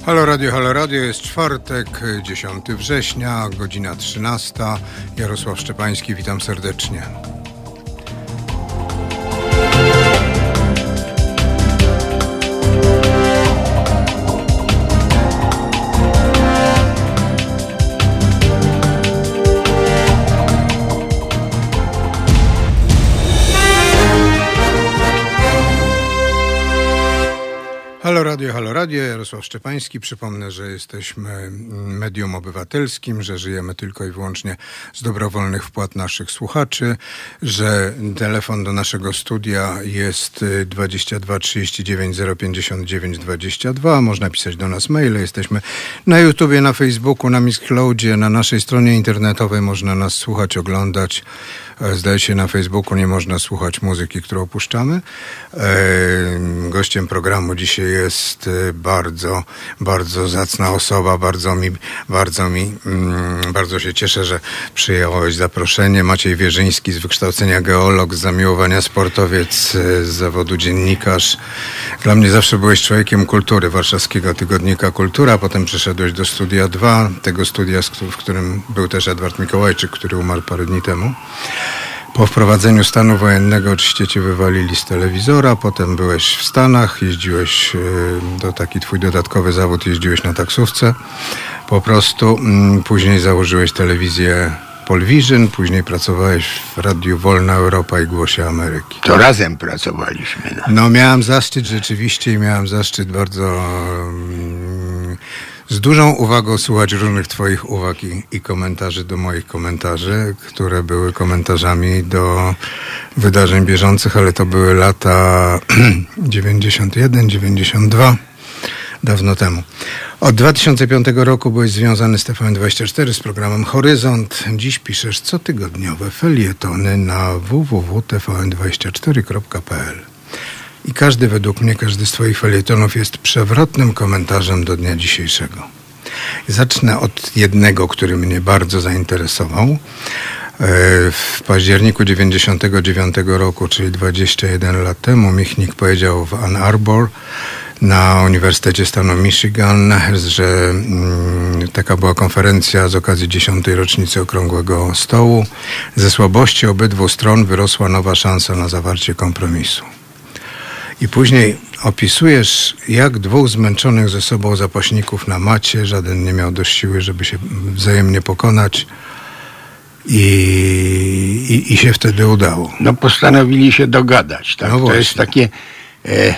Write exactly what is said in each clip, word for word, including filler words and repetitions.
Halo Radio, Halo Radio, jest czwartek, dziesiątego września, godzina trzynasta. Jarosław Szczepański, witam serdecznie. Halo Radio, Halo Radio, Jarosław Szczepański. Przypomnę, że jesteśmy medium obywatelskim, że żyjemy tylko i wyłącznie z dobrowolnych wpłat naszych słuchaczy, że telefon do naszego studia jest dwadzieścia dwa trzydzieści dziewięć zero pięćdziesiąt dziewięć dwadzieścia dwa. Można pisać do nas maile. Jesteśmy na YouTubie, na Facebooku, na Mixcloudzie, na naszej stronie internetowej. Można nas słuchać, oglądać. Zdaje się, na Facebooku nie można słuchać muzyki, którą opuszczamy. Gościem programu dzisiaj jest bardzo, bardzo zacna osoba. Bardzo mi, bardzo mi, bardzo się cieszę, że przyjąłeś zaproszenie. Maciej Wierzyński, z wykształcenia geolog, z zamiłowania sportowiec, z zawodu dziennikarz. Dla mnie zawsze byłeś człowiekiem kultury, warszawskiego tygodnika Kultura. Potem przeszedłeś do Studia dwa, tego studia, w którym był też Edward Mikołajczyk, który umarł parę dni temu. Po wprowadzeniu stanu wojennego oczywiście cię wywalili z telewizora, potem byłeś w Stanach, jeździłeś, to taki twój dodatkowy zawód, jeździłeś na taksówce po prostu. Później założyłeś telewizję Polvision, później pracowałeś w Radiu Wolna Europa i Głosie Ameryki. To razem pracowaliśmy. No, no miałem zaszczyt rzeczywiście i miałem zaszczyt bardzo... Um, z dużą uwagą słuchać różnych twoich uwag i, i komentarzy do moich komentarzy, które były komentarzami do wydarzeń bieżących, ale to były lata dziewięćdziesiąt jeden dziewięćdziesiąt dwa, dawno temu. Od dwa tysiące piątego roku byłeś związany z T V N dwadzieścia cztery, z programem Horyzont. Dziś piszesz cotygodniowe felietony na w w w kropka t v n dwadzieścia cztery kropka p l. I każdy, według mnie, każdy z twoich felietonów jest przewrotnym komentarzem do dnia dzisiejszego. Zacznę od jednego, który mnie bardzo zainteresował. W październiku dziewięćdziesiątego dziewiątego roku, czyli dwadzieścia jeden lat temu, Michnik powiedział w Ann Arbor na Uniwersytecie Stanu Michigan, że mm, taka była konferencja z okazji dziesiątej rocznicy Okrągłego Stołu. Ze słabości obydwu stron wyrosła nowa szansa na zawarcie kompromisu. I później opisujesz, jak dwóch zmęczonych ze sobą zapaśników na macie, żaden nie miał dość siły, żeby się wzajemnie pokonać i, i, i się wtedy udało. No postanowili się dogadać. Tak? No to jest takie e,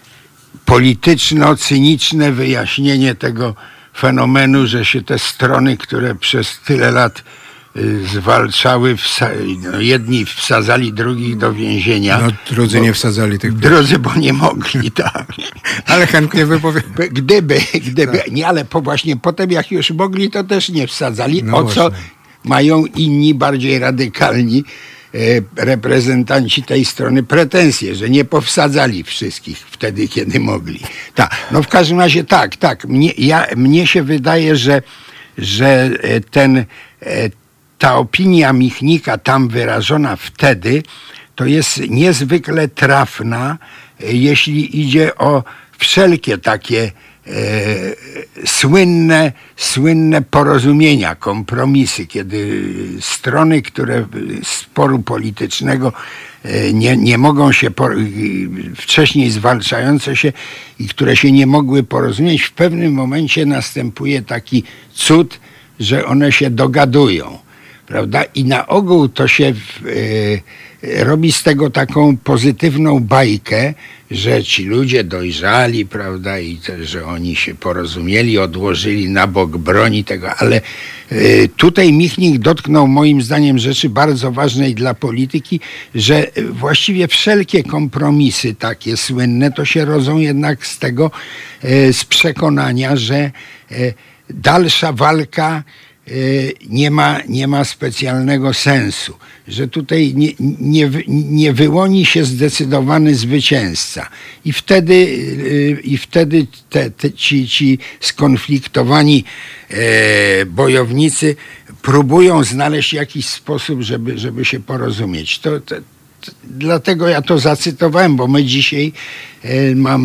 polityczno-cyniczne wyjaśnienie tego fenomenu, że się te strony, które przez tyle lat zwalczały, wsa- no, jedni wsadzali drugich do więzienia. No drudzy nie wsadzali tych... Drudzy, bo nie mogli, tak. Ale chętnie wypowiem. Gdyby, gdyby, tak. Nie, ale po właśnie potem jak już mogli, to też nie wsadzali, no o właśnie. Co mają inni, bardziej radykalni e, reprezentanci tej strony pretensje, że nie powsadzali wszystkich wtedy, kiedy mogli. Tak, no w każdym razie tak, tak. Mnie, ja, mnie się wydaje, że, że ten e, ta opinia Michnika tam wyrażona wtedy, to jest niezwykle trafna, jeśli idzie o wszelkie takie e, słynne, słynne porozumienia, kompromisy, kiedy strony, które sporu politycznego e, nie, nie mogą się, por, wcześniej zwalczające się i które się nie mogły porozumieć, w pewnym momencie następuje taki cud, że one się dogadują. Prawda? I na ogół to się y, robi z tego taką pozytywną bajkę, że ci ludzie dojrzali, prawda, i to, że oni się porozumieli, odłożyli na bok broni tego, ale y, tutaj Michnik dotknął moim zdaniem rzeczy bardzo ważnej dla polityki, że właściwie wszelkie kompromisy takie słynne to się rodzą jednak z tego, y, z przekonania, że y, dalsza walka nie ma, nie ma specjalnego sensu, że tutaj nie, nie, nie wyłoni się zdecydowany zwycięzca i wtedy, i wtedy te, te, ci, ci skonfliktowani e, bojownicy próbują znaleźć jakiś sposób, żeby, żeby się porozumieć. To, to, to, dlatego ja to zacytowałem, bo my dzisiaj e, mamy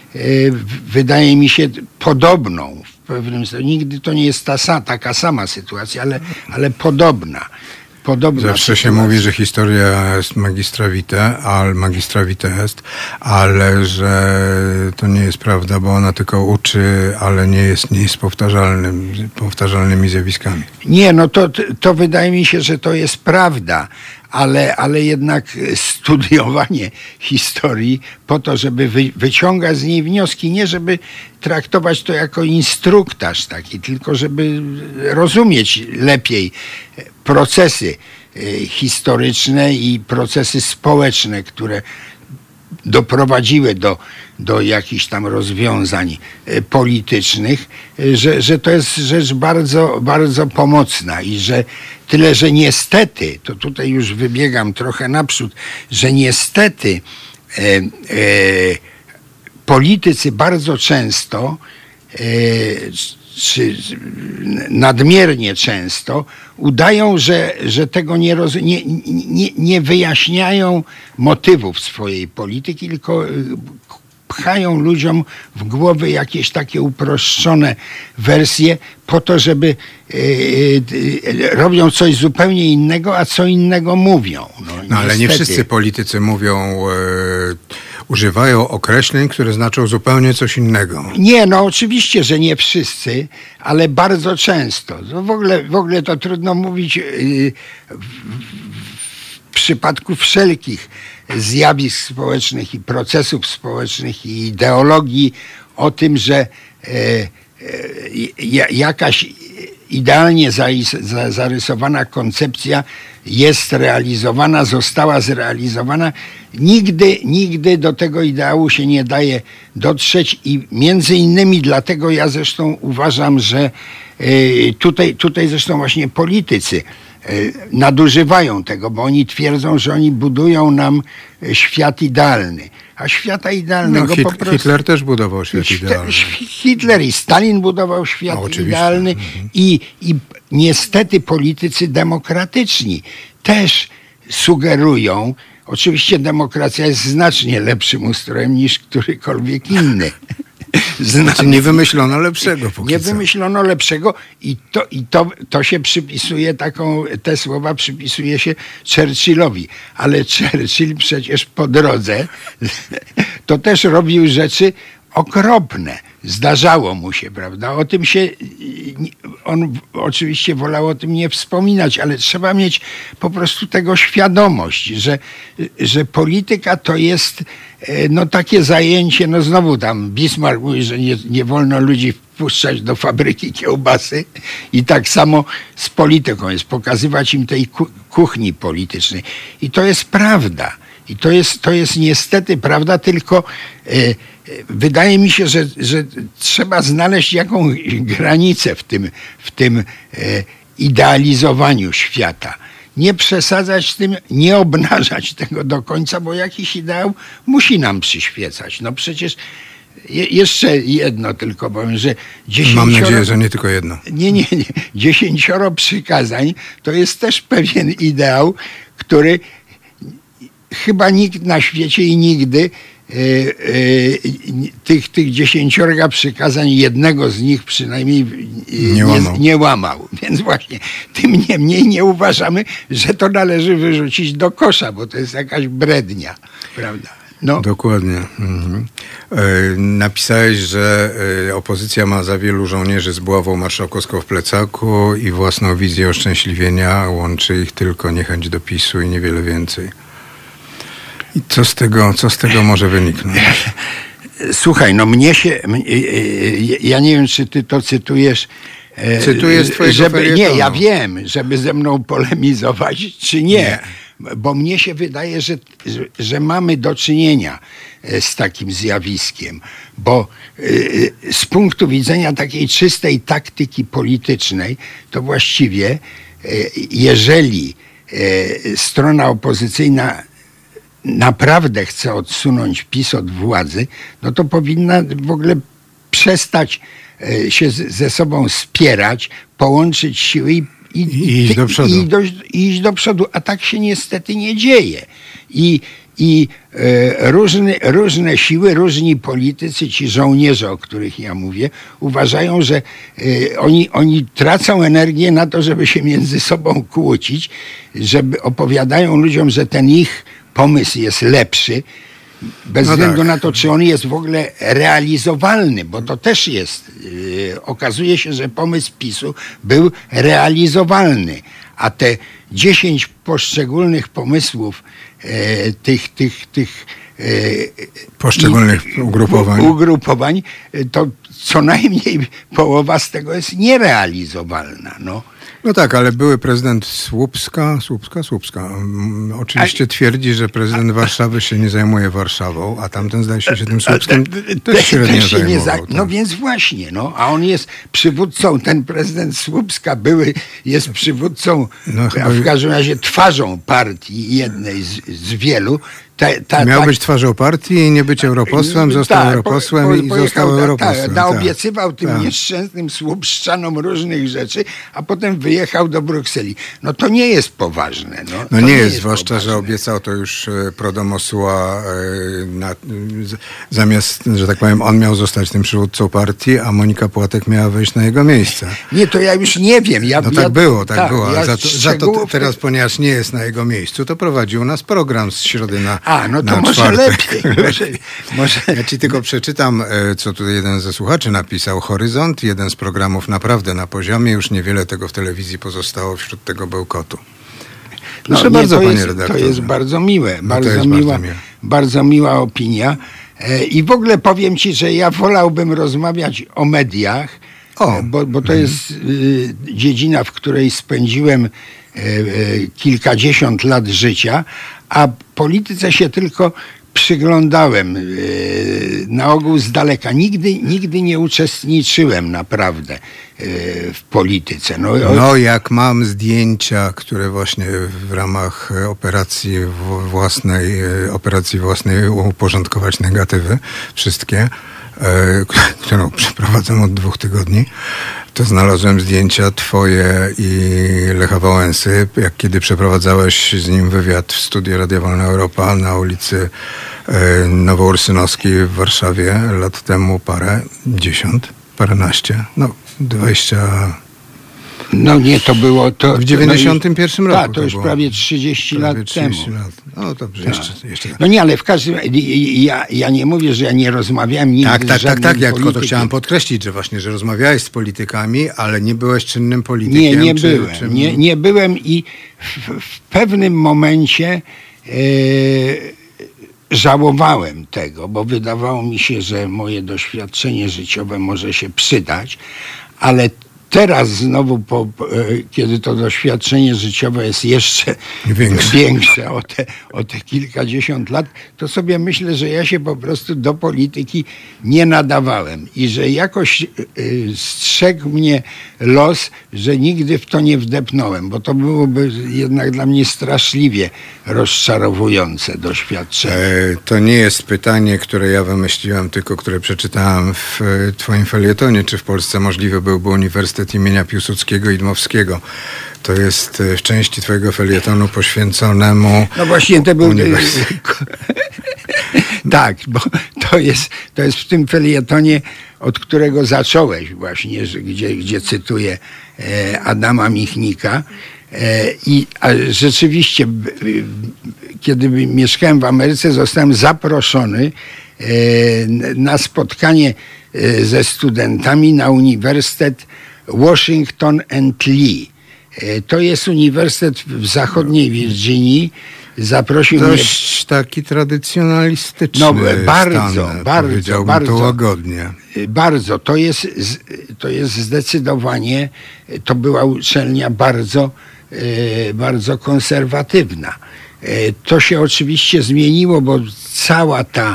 wydaje mi się, podobną. W pewnym sensie. Nigdy to nie jest ta sa, taka sama sytuacja, ale, ale podobna. Podobna Zawsze sytuacja. się mówi, że historia jest magistra vitae, al magistra vitae est, ale że to nie jest prawda, bo ona tylko uczy, ale nie jest, nie jest powtarzalnym, powtarzalnymi zjawiskami. Nie, no to, to wydaje mi się, że to jest prawda, ale, ale jednak studiowanie historii po to, żeby wy, wyciągać z niej wnioski, nie żeby traktować to jako instruktaż taki, tylko żeby rozumieć lepiej procesy historyczne i procesy społeczne, które doprowadziły do, do jakichś tam rozwiązań politycznych, że, że to jest rzecz bardzo, bardzo pomocna i że tyle, że niestety, to tutaj już wybiegam trochę naprzód, że niestety e, e, politycy bardzo często e, czy nadmiernie często udają, że, że tego nie, roz, nie, nie, nie wyjaśniają motywów swojej polityki, tylko pchają ludziom w głowy jakieś takie uproszczone wersje po to, żeby e, e, robią coś zupełnie innego, a co innego mówią. No, no ale nie wszyscy politycy mówią... E, używają określeń, które znaczą zupełnie coś innego. Nie, no oczywiście, że nie wszyscy, ale bardzo często. No w ogóle, w ogóle to trudno mówić yy, w, w przypadku wszelkich zjawisk społecznych i procesów społecznych i ideologii o tym, że yy, yy, jakaś idealnie zarysowana koncepcja jest realizowana, została zrealizowana. Nigdy, nigdy do tego ideału się nie daje dotrzeć i między innymi dlatego ja zresztą uważam, że tutaj, tutaj zresztą właśnie politycy nadużywają tego, bo oni twierdzą, że oni budują nam świat idealny. A świata idealnego no, Hit, po prostu... Hitler też budował świat idealny. Hitler i Stalin budował świat no, idealny mhm. i, i niestety politycy demokratyczni też sugerują, oczywiście demokracja jest znacznie lepszym ustrojem niż którykolwiek inny. Znaczy nie wymyślono lepszego póki Nie co. wymyślono lepszego i, to, i to, to się przypisuje taką, te słowa przypisuje się Churchillowi. Ale Churchill przecież po drodze to też robił rzeczy okropne. Zdarzało mu się, prawda? O tym się, on oczywiście wolał o tym nie wspominać, ale trzeba mieć po prostu tego świadomość, że, że polityka to jest no takie zajęcie, no znowu tam Bismarck mówi, że nie, nie wolno ludzi wpuszczać do fabryki kiełbasy i tak samo z polityką jest, pokazywać im tej kuchni politycznej. I to jest prawda. I to jest, to jest niestety prawda, tylko e, wydaje mi się, że, że trzeba znaleźć jakąś granicę w tym, w tym e, idealizowaniu świata. Nie przesadzać z tym, nie obnażać tego do końca, bo jakiś ideał musi nam przyświecać. No przecież je, jeszcze jedno tylko powiem, że dziesięcioro... Mam nadzieję, że nie tylko jedno. Nie, nie, nie. Dziesięcioro przykazań to jest też pewien ideał, który chyba nikt na świecie i nigdy e, e, tych, tych dziesięciorga przykazań, jednego z nich przynajmniej e, nie, nie, łamał. nie łamał. Więc właśnie tym niemniej nie uważamy, że to należy wyrzucić do kosza, bo to jest jakaś brednia, prawda? No. Dokładnie. Mhm. E, napisałeś, że e, opozycja ma za wielu żołnierzy z buławą marszałkowską w plecaku i własną wizję oszczęśliwienia, łączy ich tylko niechęć do PiSu i niewiele więcej. I co z tego, co z tego może wyniknąć? Słuchaj, no mnie się, ja nie wiem, czy ty to cytujesz. Cytuję z twojego żeby, felietonu. Nie, ja wiem, żeby ze mną polemizować, czy nie. nie. Bo mnie się wydaje, że, że, że mamy do czynienia z takim zjawiskiem. Bo z punktu widzenia takiej czystej taktyki politycznej, to właściwie jeżeli strona opozycyjna naprawdę chce odsunąć PiS od władzy, no to powinna w ogóle przestać się ze sobą spierać, połączyć siły i, i, I iść do przodu. I, do, i iść do przodu. A tak się niestety nie dzieje. I, I e, różne, różne siły, różni politycy, ci żołnierze, o których ja mówię, uważają, że e, oni, oni tracą energię na to, żeby się między sobą kłócić, żeby opowiadają ludziom, że ten ich pomysł jest lepszy, bez no względu tak. na to, czy on jest w ogóle realizowalny, bo to też jest. Yy, okazuje się, że pomysł PiSu był realizowalny, a te dziesięć poszczególnych pomysłów e, tych, tych, tych e, poszczególnych i, ugrupowań. ugrupowań, to co najmniej połowa z tego jest nierealizowalna. No. No tak, ale były prezydent Słupska, Słupska, Słupska. Um, oczywiście a, twierdzi, że prezydent a, Warszawy się nie zajmuje Warszawą, a tamten zdaje się się tym Słupskiem też średnio się nie zajmował. No tak. Więc właśnie, no, a on jest przywódcą, ten prezydent Słupska były, jest przywódcą, no, a w każdym razie twarzą partii jednej z, z wielu. Ta, ta, Miał ta, być twarzą partii i nie być europosłem, został ta, europosłem po, po, i został da, europosłem. Ta, naobiecywał tym ta. nieszczęsnym słupszczanom różnych rzeczy, a potem wyjechał do Brukseli. No to nie jest poważne. No, no nie, nie jest, zwłaszcza, poważne. Że obiecał to już Prodomosła na, zamiast, że tak powiem, on miał zostać tym przywódcą partii, a Monika Płatek miała wejść na jego miejsce. Nie, to ja już nie wiem. Ja, no ja, tak było, tak, tak było. Ja za to, za to teraz, ponieważ nie jest na jego miejscu, to prowadził nas program z środy na A, no to na może czwartek. lepiej. Może, może... Ja ci tylko przeczytam, co tutaj jeden ze słuchaczy napisał. Horyzont, jeden z programów naprawdę na poziomie. Już niewiele tego w telewizji pozostało wśród tego bełkotu. Proszę no, bardzo, nie, panie jest, redaktorze. To jest bardzo miłe. No bardzo, jest miła, bardzo, miłe. bardzo miła opinia. I w ogóle powiem ci, że ja wolałbym rozmawiać o mediach, o. Bo, bo to jest y, dziedzina, w której spędziłem y, y, kilkadziesiąt lat życia, a polityce się tylko przyglądałem yy, na ogół z daleka. Nigdy, nigdy nie uczestniczyłem naprawdę yy, w polityce. No, no jak mam zdjęcia, które właśnie w ramach operacji własnej, operacji własnej uporządkować negatywy, wszystkie, którą przeprowadzam od dwóch tygodni, to znalazłem zdjęcia twoje i Lecha Wałęsy, jak kiedy przeprowadzałeś z nim wywiad w studiu Radia Wolna Europa na ulicy Nowoursynowskiej w Warszawie lat temu parę, dziesiąt, paręnaście, no dwadzieścia... No nie, to było... To, w dziewięćdziesiątym pierwszym no roku. Tak, to, to już było. prawie trzydzieści prawie lat trzydzieści temu. Lat. No dobrze, tak. jeszcze, jeszcze. No nie, ale w każdym razie ja, ja nie mówię, że ja nie rozmawiałem nigdy tak, tak, z żadnym tak, tak, ja tylko to politykiem. chciałem podkreślić, że właśnie, że rozmawiałeś z politykami, ale nie byłeś czynnym politykiem. Nie, nie czy, byłem. Czy... Nie, nie byłem i w, w pewnym momencie e, żałowałem tego, bo wydawało mi się, że moje doświadczenie życiowe może się przydać, ale teraz znowu, po, kiedy to doświadczenie życiowe jest jeszcze większe, większe o, te, o te kilkadziesiąt lat, to sobie myślę, że ja się po prostu do polityki nie nadawałem i że jakoś strzegł mnie los, że nigdy w to nie wdepnąłem, bo to byłoby jednak dla mnie straszliwie rozczarowujące doświadczenie. E, to nie jest pytanie, które ja wymyśliłem, tylko które przeczytałem w twoim felietonie, czy w Polsce możliwy byłby uniwersytet imienia Piłsudskiego i Dmowskiego. To jest w części twojego felietonu poświęconemu... No właśnie, to był... tak, bo to jest, to jest w tym felietonie, od którego zacząłeś właśnie, że, gdzie, gdzie cytuję e, Adama Michnika. E, I a rzeczywiście, b, kiedy mieszkałem w Ameryce, zostałem zaproszony e, na spotkanie e, ze studentami na Uniwersytet Washington and Lee. To jest uniwersytet w zachodniej Virginii. Zaprosił Dość mnie... taki tradycjonalistyczny. No bardzo, stan, bardzo, bardzo. to łagodnie. Bardzo. To jest, to jest zdecydowanie, to była uczelnia bardzo, bardzo konserwatywna. To się oczywiście zmieniło, bo cała ta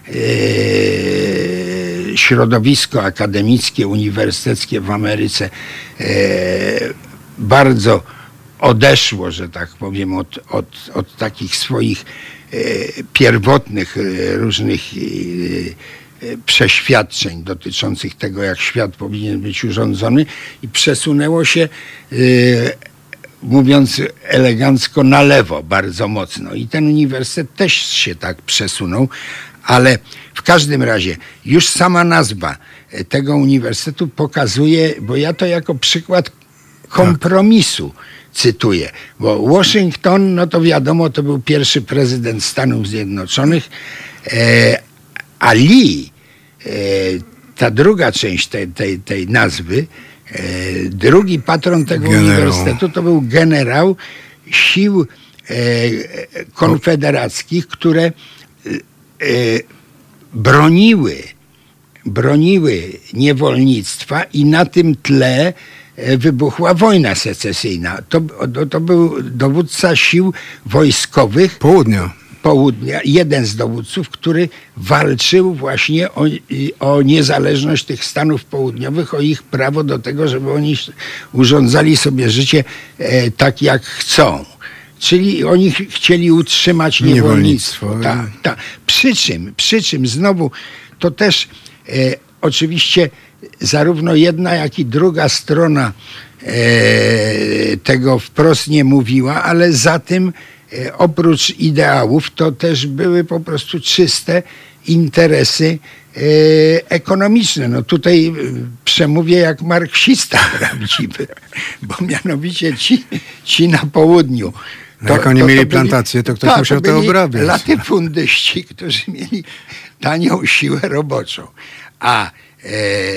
środowisko akademickie, uniwersyteckie w Ameryce e, bardzo odeszło, że tak powiem, od, od, od takich swoich e, pierwotnych e, różnych e, przeświadczeń dotyczących tego, jak świat powinien być urządzony i przesunęło się e, mówiąc elegancko, na lewo bardzo mocno. I ten uniwersytet też się tak przesunął, ale w każdym razie już sama nazwa tego uniwersytetu pokazuje, bo ja to jako przykład kompromisu cytuję, bo Washington, no to wiadomo, to był pierwszy prezydent Stanów Zjednoczonych, e, a Lee, e, ta druga część tej, tej, tej nazwy, e, drugi patron tego generał. uniwersytetu to był generał sił e, konfederackich, które e, e, broniły broniły niewolnictwa i na tym tle wybuchła wojna secesyjna. To, to, to był dowódca sił wojskowych Południa. Południa, jeden z dowódców, który walczył właśnie o, o niezależność tych Stanów Południowych, o ich prawo do tego, żeby oni urządzali sobie życie e, tak, jak chcą. Czyli oni ch- chcieli utrzymać niewolnictwo. Niewolnictwo. Ta, ta. Przy czym, przy czym znowu to też e, oczywiście zarówno jedna, jak i druga strona e, tego wprost nie mówiła, ale za tym e, oprócz ideałów to też były po prostu czyste interesy e, ekonomiczne. No tutaj e, przemówię jak marksista prawdziwy, bo mianowicie ci, ci na południu. No jak oni mieli plantacje, to ktoś tak, musiał to byli obrabiać. latyfundyści, którzy mieli tanią siłę roboczą. A e,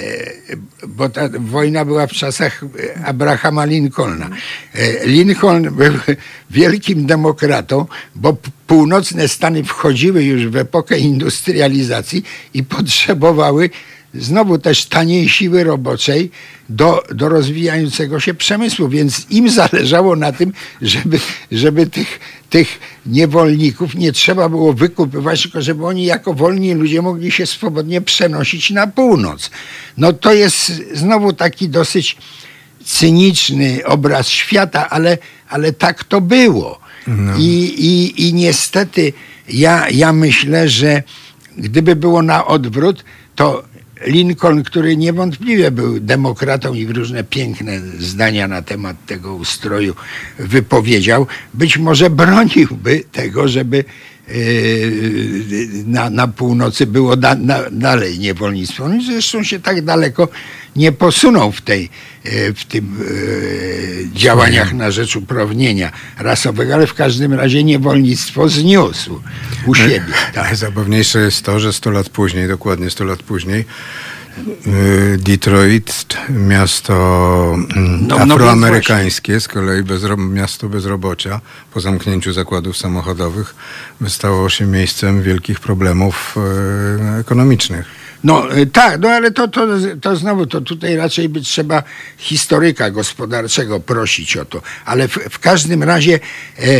bo ta wojna była w czasach Abrahama Lincolna. E, Lincoln był wielkim demokratą, bo p- północne Stany wchodziły już w epokę industrializacji i potrzebowały znowu też taniej siły roboczej do, do rozwijającego się przemysłu, więc im zależało na tym, żeby, żeby tych, tych niewolników nie trzeba było wykupywać, tylko żeby oni jako wolni ludzie mogli się swobodnie przenosić na północ. No to jest znowu taki dosyć cyniczny obraz świata, ale, ale tak to było. No. I, i, i niestety ja, ja myślę, że gdyby było na odwrót, to Lincoln, który niewątpliwie był demokratą i różne piękne zdania na temat tego ustroju wypowiedział, być może broniłby tego, żeby yy, na, na północy było da, na, dalej niewolnictwo. No zresztą się tak daleko nie posunął w, tej, yy, w tym yy, działaniach na rzecz uprawnienia rasowego, ale w każdym razie niewolnictwo zniósł u siebie. Tak. Zabawniejsze jest to, że sto lat później, dokładnie sto lat później, Detroit, miasto no, afroamerykańskie, no z kolei bezro- miasto bezrobocia, po zamknięciu zakładów samochodowych, stało się miejscem wielkich problemów e, ekonomicznych. No tak, no ale to, to, to znowu, to tutaj raczej by trzeba historyka gospodarczego prosić o to. Ale w, w każdym razie e, e,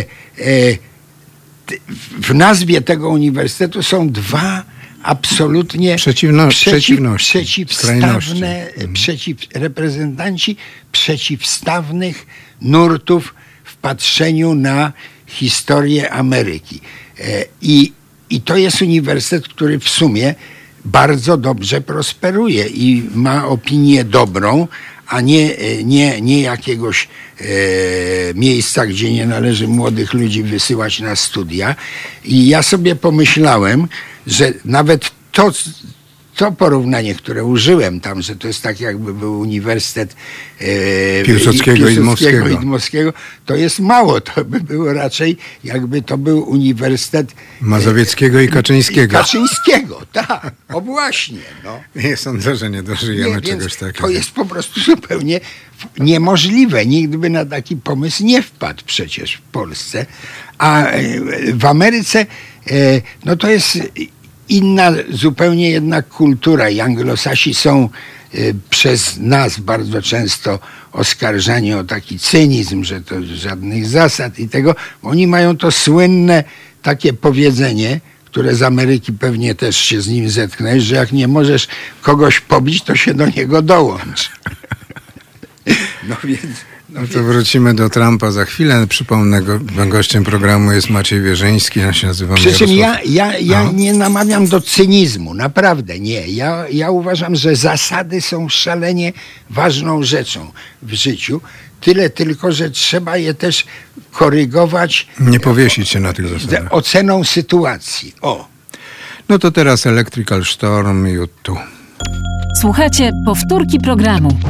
w nazwie tego uniwersytetu są dwa absolutnie Przeciwno, przeciw, przeciwności, przeciwstawne, przeciw, reprezentanci przeciwstawnych nurtów w patrzeniu na historię Ameryki. E, i, I to jest uniwersytet, który w sumie bardzo dobrze prosperuje i ma opinię dobrą, a nie, nie, nie jakiegoś e, miejsca, gdzie nie należy młodych ludzi wysyłać na studia. I ja sobie pomyślałem, że nawet to, to porównanie, które użyłem tam, że to jest tak jakby był uniwersytet e, Piłsudskiego i Dmowskiego. i Dmowskiego, to jest mało. To by było raczej jakby to był uniwersytet Mazowieckiego i Kaczyńskiego. Kaczyńskiego, tak. O właśnie. No. Nie sądzę, że nie dożyjemy Nie, czegoś takiego. To jest po prostu zupełnie niemożliwe. Nikt by na taki pomysł nie wpadł przecież w Polsce. A w Ameryce no to jest inna zupełnie jednak kultura. I Anglosasi są przez nas bardzo często oskarżani o taki cynizm, że to żadnych zasad i tego. Oni mają to słynne takie powiedzenie, które z Ameryki pewnie też się z nim zetknąłeś, że jak nie możesz kogoś pobić, to się do niego dołącz. No więc... No to wrócimy do Trumpa za chwilę. Przypomnę, go, gościem programu jest Maciej Wierzyński, ja się nazywam Przy czym Jarosław... ja, ja, ja nie namawiam do cynizmu, naprawdę nie. Ja, ja uważam, że zasady są szalenie ważną rzeczą w życiu. Tyle tylko, że trzeba je też korygować. Nie powiesić się na tych zasadach. Oceną sytuacji. O. No to teraz Electrical Storm i U dwa. Słuchajcie powtórki programu.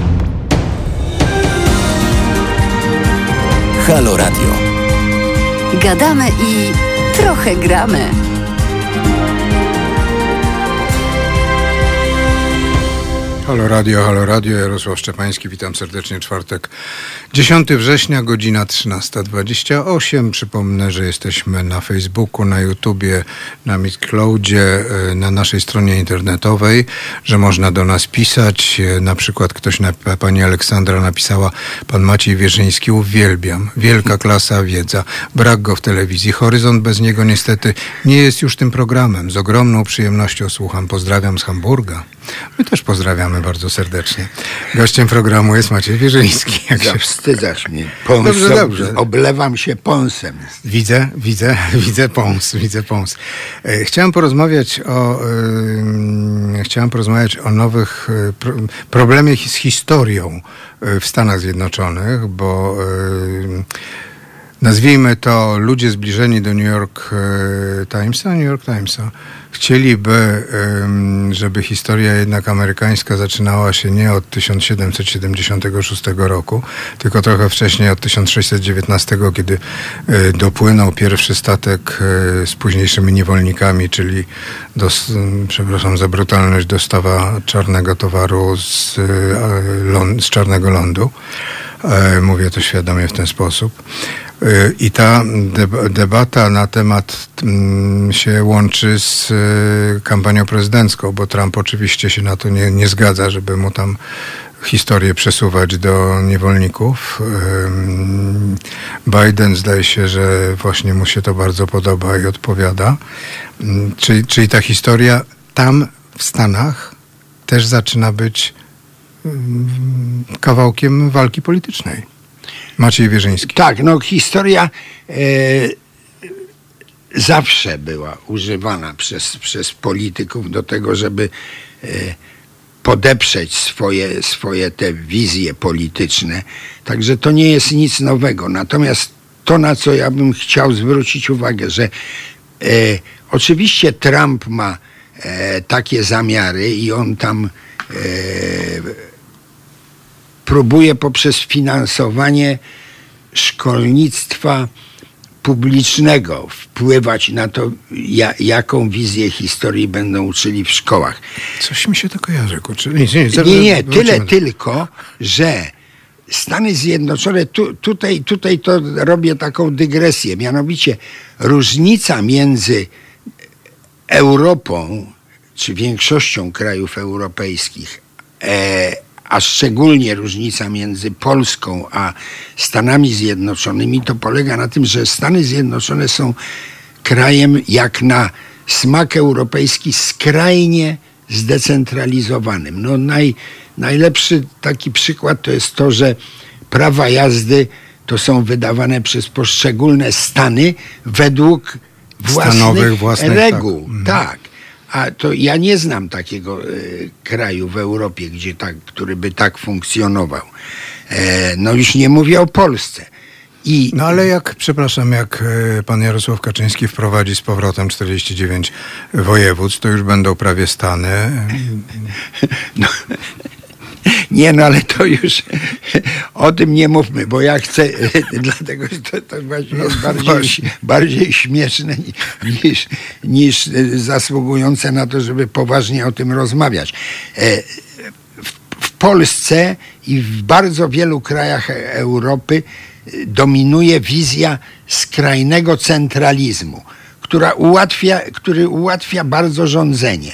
Halo Radio. Gadamy i trochę gramy. Halo Radio, Halo Radio, Jarosław Szczepański, witam serdecznie, czwartek, dziesiątego września, godzina trzynasta dwadzieścia osiem. Przypomnę, że jesteśmy na Facebooku, na YouTubie, na Mixcloudzie, na naszej stronie internetowej, że można do nas pisać. Na przykład ktoś, na, pani Aleksandra napisała: pan Maciej Wierzyński uwielbiam, wielka klasa, wiedza, brak go w telewizji, Horyzont bez niego niestety nie jest już tym programem, z ogromną przyjemnością słucham, pozdrawiam z Hamburga. My też pozdrawiamy bardzo serdecznie. Gościem programu jest Maciej Wierzyński. Jak się... Zawstydzasz mnie. Pąs, dobrze, dobrze. Oblewam się pąsem. Widzę, widzę, widzę pąs, widzę pąs. E, chciałem porozmawiać o e, chciałem porozmawiać o nowych e, pro, problemie z historią e, w Stanach Zjednoczonych, bo e, nazwijmy to ludzie zbliżeni do New York Timesa, New York Timesa, chcieliby, żeby historia jednak amerykańska zaczynała się nie od tysiąc siedemset siedemdziesiątego szóstego roku, tylko trochę wcześniej, od tysiąc sześćset dziewiętnastego, kiedy dopłynął pierwszy statek z późniejszymi niewolnikami, czyli dos, przepraszam za brutalność, dostawa czarnego towaru z, z czarnego lądu. Mówię to świadomie w ten sposób. I ta debata na temat się łączy z kampanią prezydencką, bo Trump oczywiście się na to nie, nie zgadza, żeby mu tam historię przesuwać do niewolników. Biden zdaje się, że właśnie mu się to bardzo podoba i odpowiada. Czyli, czyli ta historia tam w Stanach też zaczyna być kawałkiem walki politycznej. Maciej Wierzyński. Tak, no historia e, zawsze była używana przez, przez polityków do tego, żeby e, podeprzeć swoje, swoje te wizje polityczne. Także to nie jest nic nowego. Natomiast to, na co ja bym chciał zwrócić uwagę, że e, oczywiście Trump ma e, takie zamiary i on tam e, próbuje poprzez finansowanie szkolnictwa publicznego wpływać na to, ja, jaką wizję historii będą uczyli w szkołach. Coś mi się to kojarzy, kurczę. Nie, nie, nie, nie tyle tylko, że Stany Zjednoczone, tu, tutaj, tutaj to robię taką dygresję, mianowicie różnica między Europą, czy większością krajów europejskich, e, a szczególnie różnica między Polską a Stanami Zjednoczonymi, to polega na tym, że Stany Zjednoczone są krajem jak na smak europejski skrajnie zdecentralizowanym. No naj, najlepszy taki przykład to jest to, że prawa jazdy to są wydawane przez poszczególne stany według własnych, Stanowych, własnych reguł. Tak. tak. A to ja nie znam takiego e, kraju w Europie, gdzie tak, który by tak funkcjonował. E, no już nie mówię o Polsce. I, no ale jak, przepraszam, jak pan Jarosław Kaczyński wprowadzi z powrotem czterdzieści dziewięć województw, to już będą prawie stany. No, nie, no ale to już o tym nie mówmy, bo ja chcę, dlatego że to, to właśnie jest bardziej, bardziej śmieszne niż, niż zasługujące na to, żeby poważnie o tym rozmawiać. W, w Polsce i w bardzo wielu krajach Europy dominuje wizja skrajnego centralizmu, która ułatwia, który ułatwia bardzo rządzenie.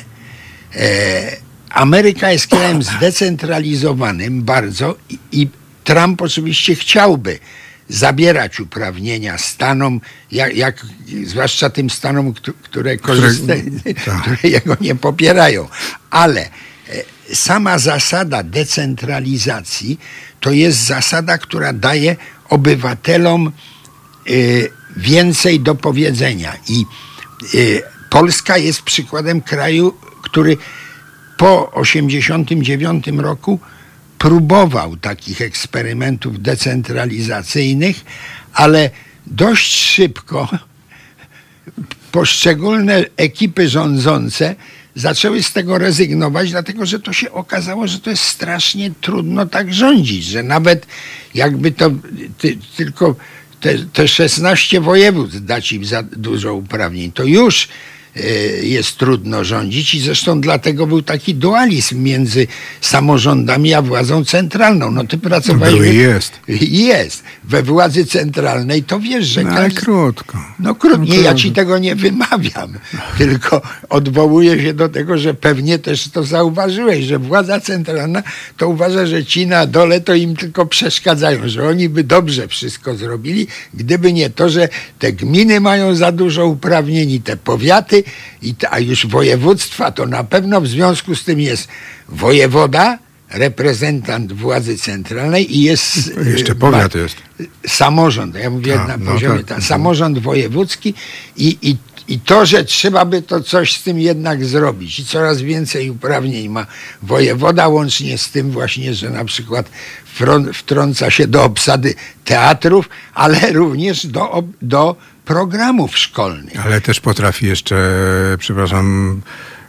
Ameryka jest krajem zdecentralizowanym bardzo i, i Trump oczywiście chciałby zabierać uprawnienia stanom, jak, jak, zwłaszcza tym stanom, które, korzysta, które, które jego nie popierają. Ale sama zasada decentralizacji to jest zasada, która daje obywatelom y, więcej do powiedzenia. I y, Polska jest przykładem kraju, który po osiemdziesiątym dziewiątym roku próbował takich eksperymentów decentralizacyjnych, ale dość szybko poszczególne ekipy rządzące zaczęły z tego rezygnować, dlatego że to się okazało, że to jest strasznie trudno tak rządzić, że nawet jakby to ty, tylko te, te szesnaście województw dać im za dużo uprawnień, to już jest trudno rządzić i zresztą dlatego był taki dualizm między samorządami a władzą centralną. No ty pracowałeś... Był i jest. Jest. We władzy centralnej to wiesz, że... No, każdy... ale krótko. No krótko. Nie, ja ci tego nie wymawiam. Tylko odwołuję się do tego, że pewnie też to zauważyłeś, że władza centralna to uważa, że ci na dole to im tylko przeszkadzają, że oni by dobrze wszystko zrobili, gdyby nie to, że te gminy mają za dużo uprawnień i te powiaty, I ta, a już województwa, to na pewno w związku z tym jest wojewoda, reprezentant władzy centralnej i jest... Jeszcze powiat jest. Samorząd, ja mówię a, na no poziomie, tak. ta, samorząd wojewódzki i, i, i to, że trzeba by to coś z tym jednak zrobić i coraz więcej uprawnień ma wojewoda, łącznie z tym właśnie, że na przykład wtrąca się do obsady teatrów, ale również do, do programów szkolnych. Ale też potrafi jeszcze, przepraszam,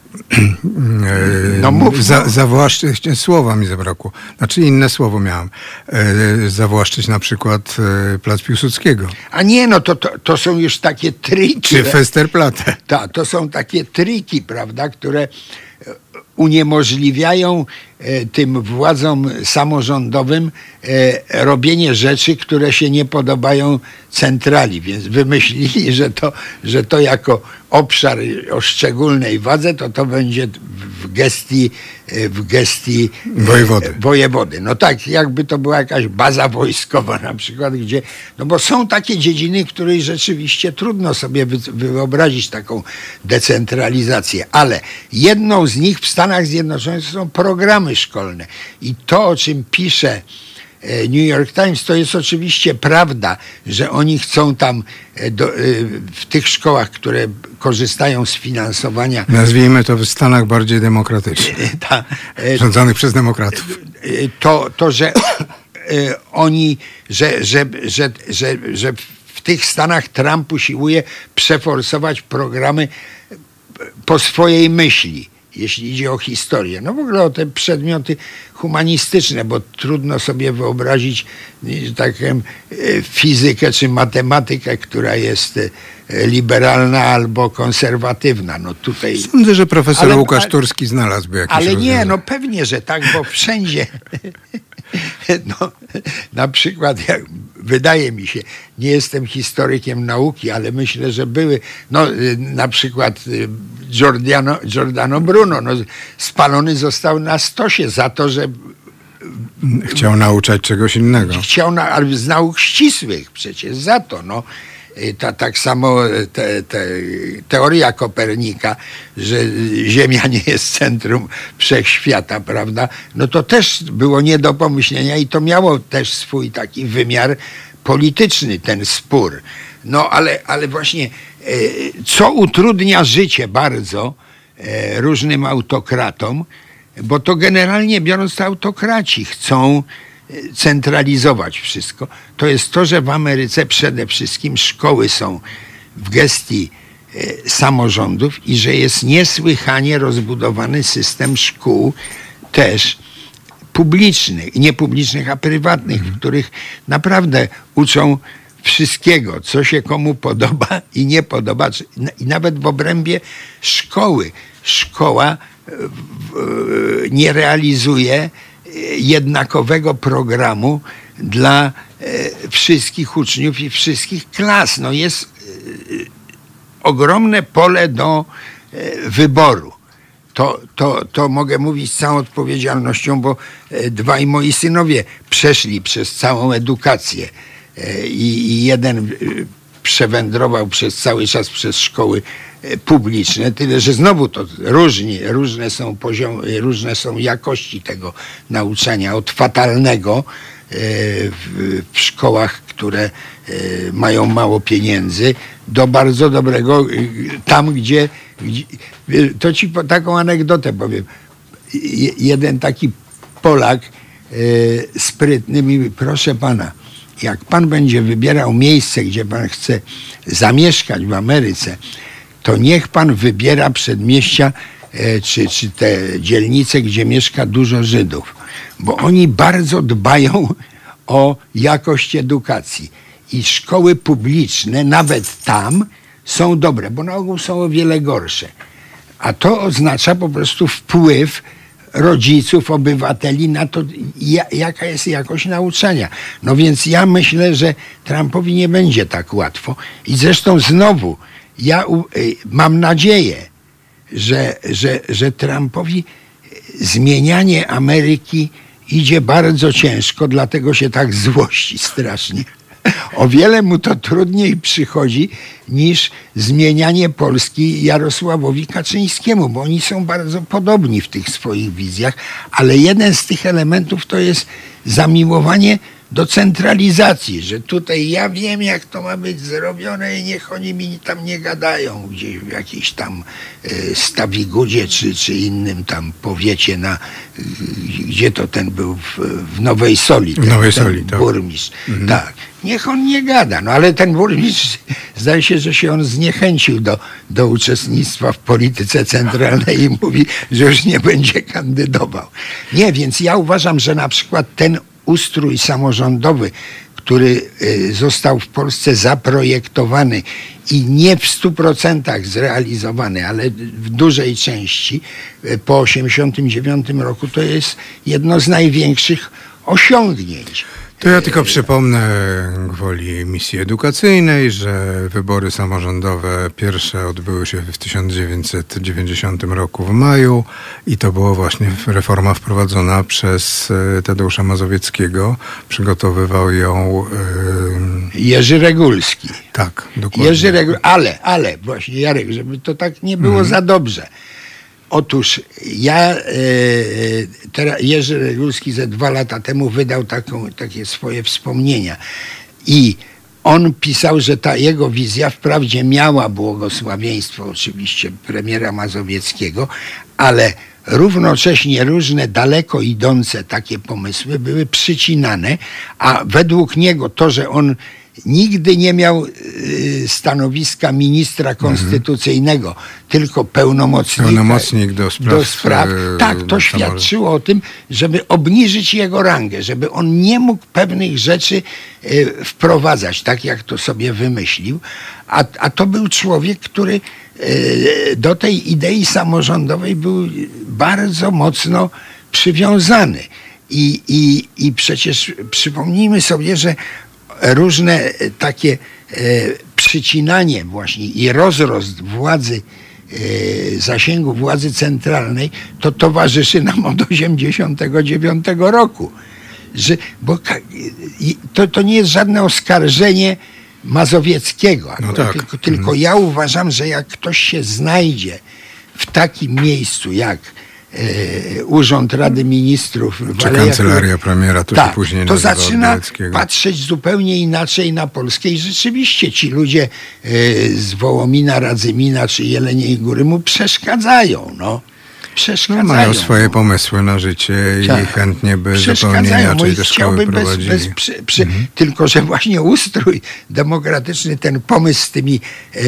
no mów, za, zawłaszczyć, słowa mi zabrakło, znaczy inne słowo miałem, e, zawłaszczyć na przykład e, Plac Piłsudskiego. A nie, no to, to, to są już takie triki. Czy Westerplatte. Tak, to są takie triki, prawda, które uniemożliwiają e, tym władzom samorządowym e, robienie rzeczy, które się nie podobają centrali. Więc wymyślili, że to, że to jako obszar o szczególnej wadze, to to będzie w gestii, w gestii wojewody. wojewody. No tak, jakby to była jakaś baza wojskowa na przykład, gdzie, no bo są takie dziedziny, w której rzeczywiście trudno sobie wy, wyobrazić taką decentralizację, ale jedną z nich w Stanach Zjednoczonych są programy szkolne i to, o czym pisze New York Times, to jest oczywiście prawda, że oni chcą tam do, w tych szkołach, które korzystają z finansowania. Nazwijmy to w Stanach bardziej demokratycznych, ta, rządzonych przez demokratów. To, to że oni, że, że, że, że, że w tych Stanach Trump usiłuje przeforsować programy po swojej myśli, jeśli idzie o historię. No w ogóle o te przedmioty humanistyczne, bo trudno sobie wyobrazić, że tak powiem, fizykę czy matematykę, która jest liberalna albo konserwatywna. No tutaj... Sądzę, że profesor ale, Łukasz Turski znalazłby jakieś Ale rozwiązanie. nie, no pewnie, że tak, bo wszędzie no, na przykład, jak, wydaje mi się, nie jestem historykiem nauki, ale myślę, że były, no na przykład Giordano, Giordano Bruno, no, spalony został na stosie za to, że chciał nauczać czegoś innego. Chciał na, ale z nauk ścisłych przecież za to, no. Ta, tak samo te, te, teoria Kopernika, że Ziemia nie jest centrum wszechświata, prawda? No to też było nie do pomyślenia i to miało też swój taki wymiar polityczny, ten spór. No ale, ale właśnie co utrudnia życie bardzo różnym autokratom, bo to generalnie biorąc, to autokraci chcą centralizować wszystko, to jest to, że w Ameryce przede wszystkim szkoły są w gestii e, samorządów i że jest niesłychanie rozbudowany system szkół też publicznych, nie publicznych, a prywatnych, w których naprawdę uczą wszystkiego, co się komu podoba i nie podoba. I nawet w obrębie szkoły. Szkoła e, e, nie realizuje jednakowego programu dla e, wszystkich uczniów i wszystkich klas. No jest e, ogromne pole do e, wyboru. To, to, to mogę mówić z całą odpowiedzialnością, bo e, dwaj moi synowie przeszli przez całą edukację e, i, i jeden przewędrował przez cały czas przez szkoły publiczne, tyle że znowu to różnie, różne są poziomy, różne są jakości tego nauczania, od fatalnego w, w szkołach, które mają mało pieniędzy, do bardzo dobrego tam, gdzie, gdzie to ci taką anegdotę powiem. Jeden taki Polak sprytny mi, proszę pana, jak pan będzie wybierał miejsce, gdzie pan chce zamieszkać w Ameryce, to niech pan wybiera przedmieścia e, czy, czy te dzielnice, gdzie mieszka dużo Żydów, bo oni bardzo dbają o jakość edukacji i szkoły publiczne nawet tam są dobre, bo na ogół są o wiele gorsze. A to oznacza po prostu wpływ rodziców, obywateli na to, ja, jaka jest jakość nauczania. No więc ja myślę, że Trumpowi nie będzie tak łatwo i zresztą znowu ja u, y, mam nadzieję, że, że, że Trumpowi zmienianie Ameryki idzie bardzo ciężko, dlatego się tak złości strasznie. O wiele mu to trudniej przychodzi niż zmienianie Polski Jarosławowi Kaczyńskiemu, bo oni są bardzo podobni w tych swoich wizjach, ale jeden z tych elementów to jest zamiłowanie do centralizacji, że tutaj ja wiem, jak to ma być zrobione i niech oni mi tam nie gadają gdzieś w jakiejś tam y, Stawigudzie czy, czy innym tam powiecie, na, y, gdzie to ten był w, w Nowej Soli. Ten, w Nowej ten Soli, tak. Burmistrz. Mhm. Tak. Niech on nie gada. No ale ten burmistrz, zdaje się, że się on zniechęcił do, do uczestnictwa w polityce centralnej i mówi, że już nie będzie kandydował. Nie, więc ja uważam, że na przykład ten ustrój samorządowy, który został w Polsce zaprojektowany i nie w stu procentach zrealizowany, ale w dużej części po osiemdziesiątym dziewiątym roku, to jest jedno z największych osiągnięć. To ja tylko przypomnę gwoli misji edukacyjnej, że wybory samorządowe pierwsze odbyły się w tysiąc dziewięćset dziewięćdziesiątym roku w maju i to była właśnie reforma wprowadzona przez Tadeusza Mazowieckiego. Przygotowywał ją... Yy... Jerzy Regulski. Tak, dokładnie. Jerzy Regulski, ale, ale właśnie Jarek, żeby to tak nie było mhm. za dobrze. Otóż ja, e, teraz Jerzy Regulski ze dwa lata temu wydał taką, takie swoje wspomnienia i on pisał, że ta jego wizja wprawdzie miała błogosławieństwo oczywiście premiera Mazowieckiego, ale równocześnie różne daleko idące takie pomysły były przycinane, a według niego to, że on nigdy nie miał y, stanowiska ministra konstytucyjnego, mhm. tylko pełnomocnika pełnomocnik do spraw, do spraw. Tak, to świadczyło o tym, żeby obniżyć jego rangę, żeby on nie mógł pewnych rzeczy y, wprowadzać, tak jak to sobie wymyślił. A, a to był człowiek, który y, do tej idei samorządowej był bardzo mocno przywiązany. I, i, i przecież przypomnijmy sobie, że różne takie e, przycinanie właśnie i rozrost władzy, e, zasięgu władzy centralnej, to towarzyszy nam od osiemdziesiątego dziewiątego roku. Że, bo to, to nie jest żadne oskarżenie Mazowieckiego, no tak. tylko, tylko ja uważam, że jak ktoś się znajdzie w takim miejscu jak E, Urząd Rady Ministrów czy Kancelaria Premiera, to tak, się później to nazywa zaczyna Bieleckiego. Patrzeć zupełnie inaczej na Polskę i rzeczywiście ci ludzie e, z Wołomina, Radzymina czy Jeleniej Góry mu przeszkadzają, no. Przeszkadzają. No, mają swoje pomysły na życie i tak. chętnie by zupełnie inaczej te szkoły prowadzili. Bez, bez przy, przy, mhm. Tylko, że właśnie ustrój demokratyczny, ten pomysł z tymi e,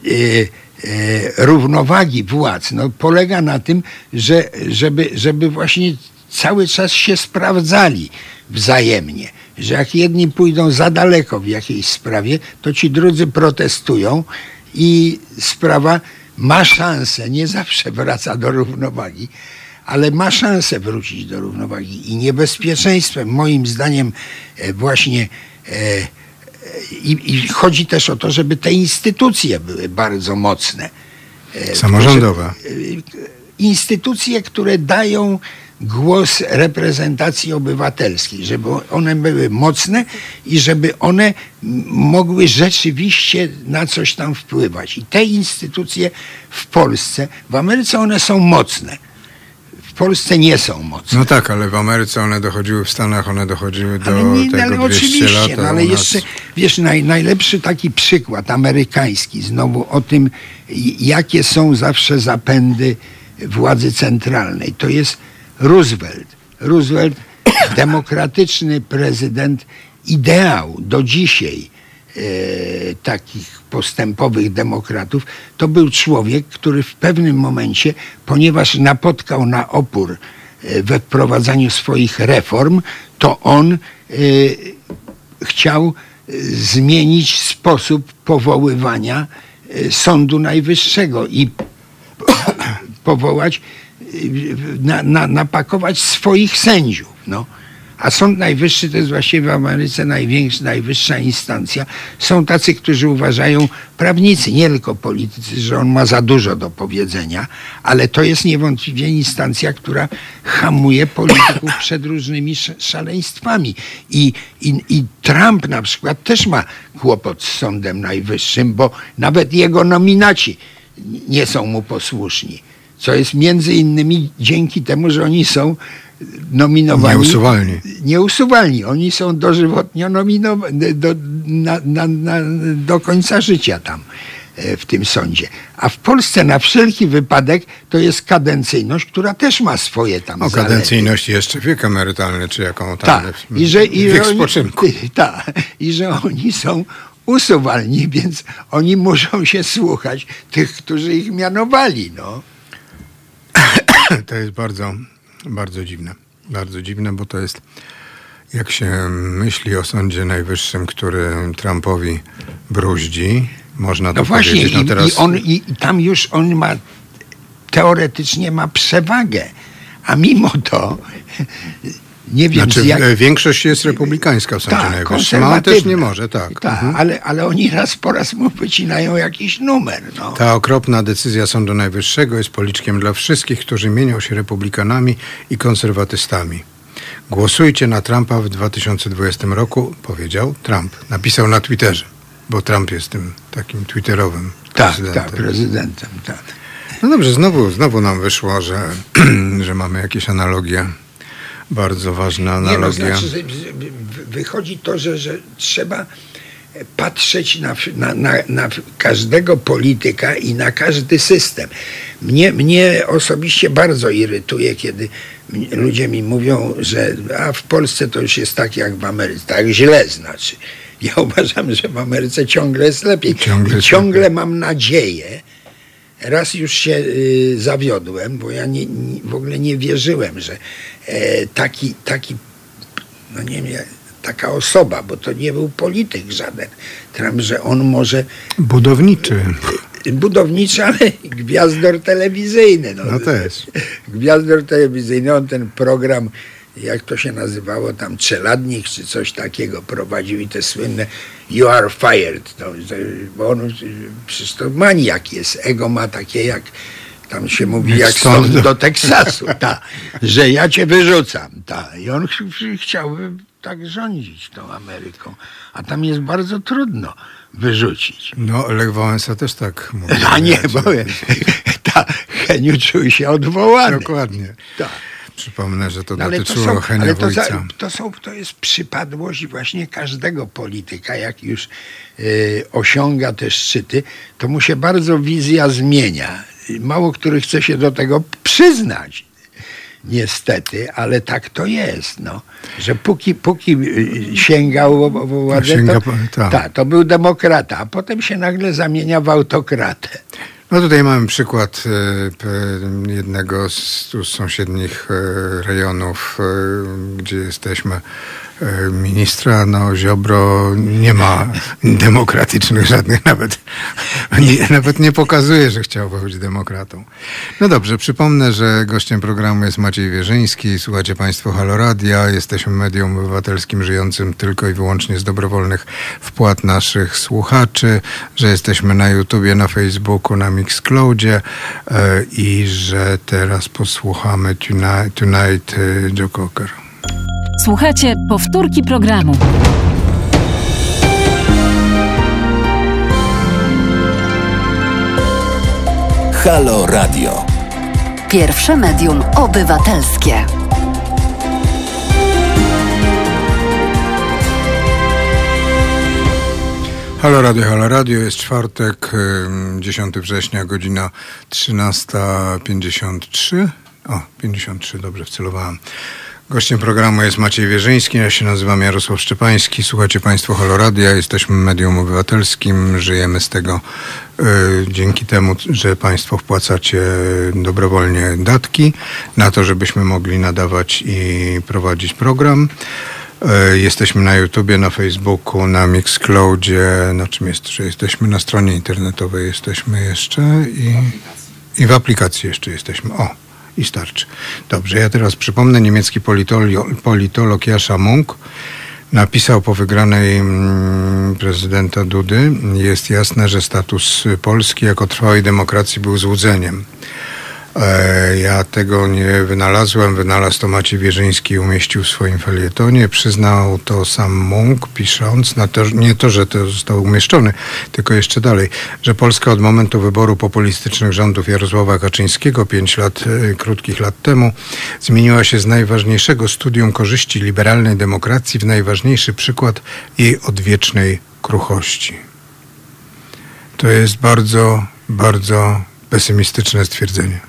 e, E, równowagi władz, no, polega na tym, że żeby, żeby właśnie cały czas się sprawdzali wzajemnie, że jak jedni pójdą za daleko w jakiejś sprawie, to ci drudzy protestują i sprawa ma szansę, nie zawsze wraca do równowagi, ale ma szansę wrócić do równowagi i niebezpieczeństwem moim zdaniem e, właśnie e, I, I chodzi też o to, żeby te instytucje były bardzo mocne. Samorządowe. Instytucje, które dają głos reprezentacji obywatelskiej, żeby one były mocne i żeby one mogły rzeczywiście na coś tam wpływać. I te instytucje w Polsce, w Ameryce one są mocne. W Polsce nie są mocne. No tak, ale w Ameryce one dochodziły, w Stanach one dochodziły do ale nie, tego ale dwieście oczywiście, lat. No, ale nas... jeszcze, wiesz, naj, najlepszy taki przykład amerykański, znowu o tym, jakie są zawsze zapędy władzy centralnej. To jest Roosevelt. Roosevelt, demokratyczny prezydent, ideał do dzisiaj e, takich postępowych demokratów, to był człowiek, który w pewnym momencie, ponieważ napotkał na opór e, we wprowadzaniu swoich reform, to on e, chciał e, zmienić sposób powoływania e, Sądu Najwyższego i powołać, na, na, napakować swoich sędziów. No. A Sąd Najwyższy to jest właściwie w Ameryce największa, najwyższa instancja. Są tacy, którzy uważają, prawnicy, nie tylko politycy, że on ma za dużo do powiedzenia, ale to jest niewątpliwie instancja, która hamuje polityków przed różnymi szaleństwami. I, i, I Trump na przykład też ma kłopot z Sądem Najwyższym, bo nawet jego nominaci nie są mu posłuszni. Co jest między innymi dzięki temu, że oni są nominowani. Nieusuwalni. Nieusuwalni. Oni są dożywotnio nominowani do, na, na, na, do końca życia tam w tym sądzie. A w Polsce na wszelki wypadek to jest kadencyjność, która też ma swoje tam O zalety. kadencyjności jeszcze wiek emerytalny, czy jaką tam. Tak. I że, i wiek oni, spoczynku. Ta, I że oni są usuwalni, więc oni muszą się słuchać tych, którzy ich mianowali. No. To jest bardzo, bardzo dziwne. Bardzo dziwne, bo to jest, jak się myśli o Sądzie Najwyższym, który Trumpowi bruździ, można to no właśnie, powiedzieć. No teraz... i, on, i tam już on ma, teoretycznie ma przewagę, a mimo to nie wiem, znaczy, jak... większość jest republikańska w Sądzie tak, Najwyższym, a on też nie może, tak. Tak, mhm. ale, ale oni raz po raz mu wycinają jakiś numer. No. Ta okropna decyzja Sądu Najwyższego jest policzkiem dla wszystkich, którzy mienią się republikanami i konserwatystami. Głosujcie na Trumpa w dwa tysiące dwudziestym roku, powiedział Trump. Napisał na Twitterze, bo Trump jest tym takim twitterowym tak, prezydentem. Tak, prezydentem, tak. No dobrze, znowu, znowu nam wyszło, że, że mamy jakieś analogie. Bardzo ważna analogia. Nie, no, znaczy, wychodzi to, że, że trzeba patrzeć na, na, na, na każdego polityka i na każdy system. Mnie, mnie osobiście bardzo irytuje, kiedy ludzie mi mówią, że a w Polsce to już jest tak jak w Ameryce. Tak źle znaczy. Ja uważam, że w Ameryce ciągle jest lepiej. Ciągle, I ciągle mam nadzieję. Raz już się y, zawiodłem, bo ja nie, nie, w ogóle nie wierzyłem, że e, taki, taki, no nie wiem, taka osoba, bo to nie był polityk żaden, Trump, że on może... Budowniczy. Y, budowniczy, ale gwiazdor telewizyjny. No, no też. Gwiazdor telewizyjny, on ten program, jak to się nazywało, tam Czeladnik czy coś takiego prowadził i te słynne You are fired. To, to, bo on przecież to maniak jest. Ego ma takie jak, tam się mówi, jak stąd do, do Teksasu. Ta, że ja cię wyrzucam. Ta. I on ch chciałby tak rządzić tą Ameryką. A tam jest bardzo trudno wyrzucić. No, Lech Wałęsa też tak mówi. A nie, bo ta, Heniu czuł się odwołany. Dokładnie. Tak. Przypomnę, że to no, dotyczyło to są, Henia ale to, Wójca. za, to, są, to jest przypadłość właśnie każdego polityka. Jak już y, osiąga te szczyty, to mu się bardzo wizja zmienia. Mało który chce się do tego przyznać. Niestety, ale tak to jest. No. Że póki, póki sięgał o władzę, Sięga, to, ta. ta, to był demokrata, a potem się nagle zamienia w autokratę. No tutaj mamy przykład e, jednego z, z sąsiednich e, rejonów, e, gdzie jesteśmy, ministra, no Ziobro nie ma demokratycznych żadnych, nawet nie, nawet nie pokazuje, że chciałby być demokratą. No dobrze, przypomnę, że gościem programu jest Maciej Wierzyński. Słuchacie Państwo Halo Radia. Jesteśmy medium obywatelskim żyjącym tylko i wyłącznie z dobrowolnych wpłat naszych słuchaczy, że jesteśmy na YouTubie, na Facebooku, na Mixcloudzie e, i że teraz posłuchamy Tonight, tonight e, Joe Cocker. Słuchacie powtórki programu. Halo Radio. Pierwsze medium obywatelskie. Halo Radio, Halo Radio, jest czwartek, dziesiątego września, godzina trzynasta pięćdziesiąt trzy. O, pięćdziesiąt trzy, dobrze wcelowałem. Gościem programu jest Maciej Wierzyński, ja się nazywam Jarosław Szczepański. Słuchacie Państwo Halo Radia, jesteśmy medium obywatelskim, żyjemy z tego y, dzięki temu, że Państwo wpłacacie dobrowolnie datki na to, żebyśmy mogli nadawać i prowadzić program. Y, jesteśmy na YouTubie, na Facebooku, na Mixcloudzie, na czym jeszcze? Jesteśmy na stronie internetowej, jesteśmy jeszcze i, i w aplikacji jeszcze jesteśmy. O! I starczy. Dobrze, ja teraz przypomnę, niemiecki politolog, politolog Jascha Munk napisał po wygranej mm, prezydenta Dudy: jest jasne, że status Polski jako trwałej demokracji był złudzeniem. E, ja tego nie wynalazłem, wynalazł to Maciej Wierzyński i umieścił w swoim felietonie. Przyznał to sam Munk, pisząc, na to, nie to, że to został umieszczony, tylko jeszcze dalej, że Polska od momentu wyboru populistycznych rządów Jarosława Kaczyńskiego pięć lat, e, krótkich lat temu, zmieniła się z najważniejszego studium korzyści liberalnej demokracji w najważniejszy przykład jej odwiecznej kruchości. To jest bardzo, bardzo pesymistyczne stwierdzenie.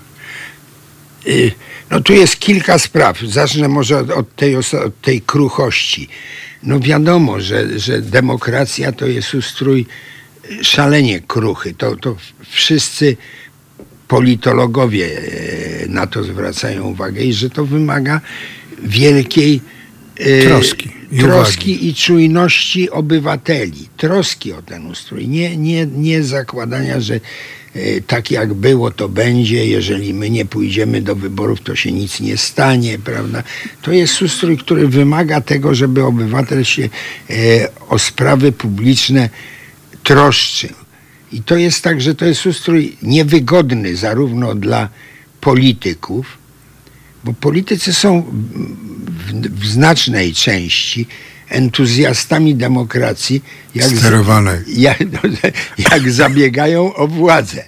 No tu jest kilka spraw. Zacznę może od, od, tej, od tej kruchości. No wiadomo, że, że demokracja to jest ustrój szalenie kruchy. To, to wszyscy politologowie na to zwracają uwagę i że to wymaga wielkiej e, troski, i, troski i czujności obywateli. Troski o ten ustrój. Nie, nie, nie zakładania, że tak jak było, to będzie, jeżeli my nie pójdziemy do wyborów, to się nic nie stanie, prawda? To jest ustrój, który wymaga tego, żeby obywatel się e, o sprawy publiczne troszczył. I to jest tak, że to jest ustrój niewygodny zarówno dla polityków, bo politycy są w, w znacznej części entuzjastami demokracji, jak, sterowanej. Jak, jak zabiegają o władzę.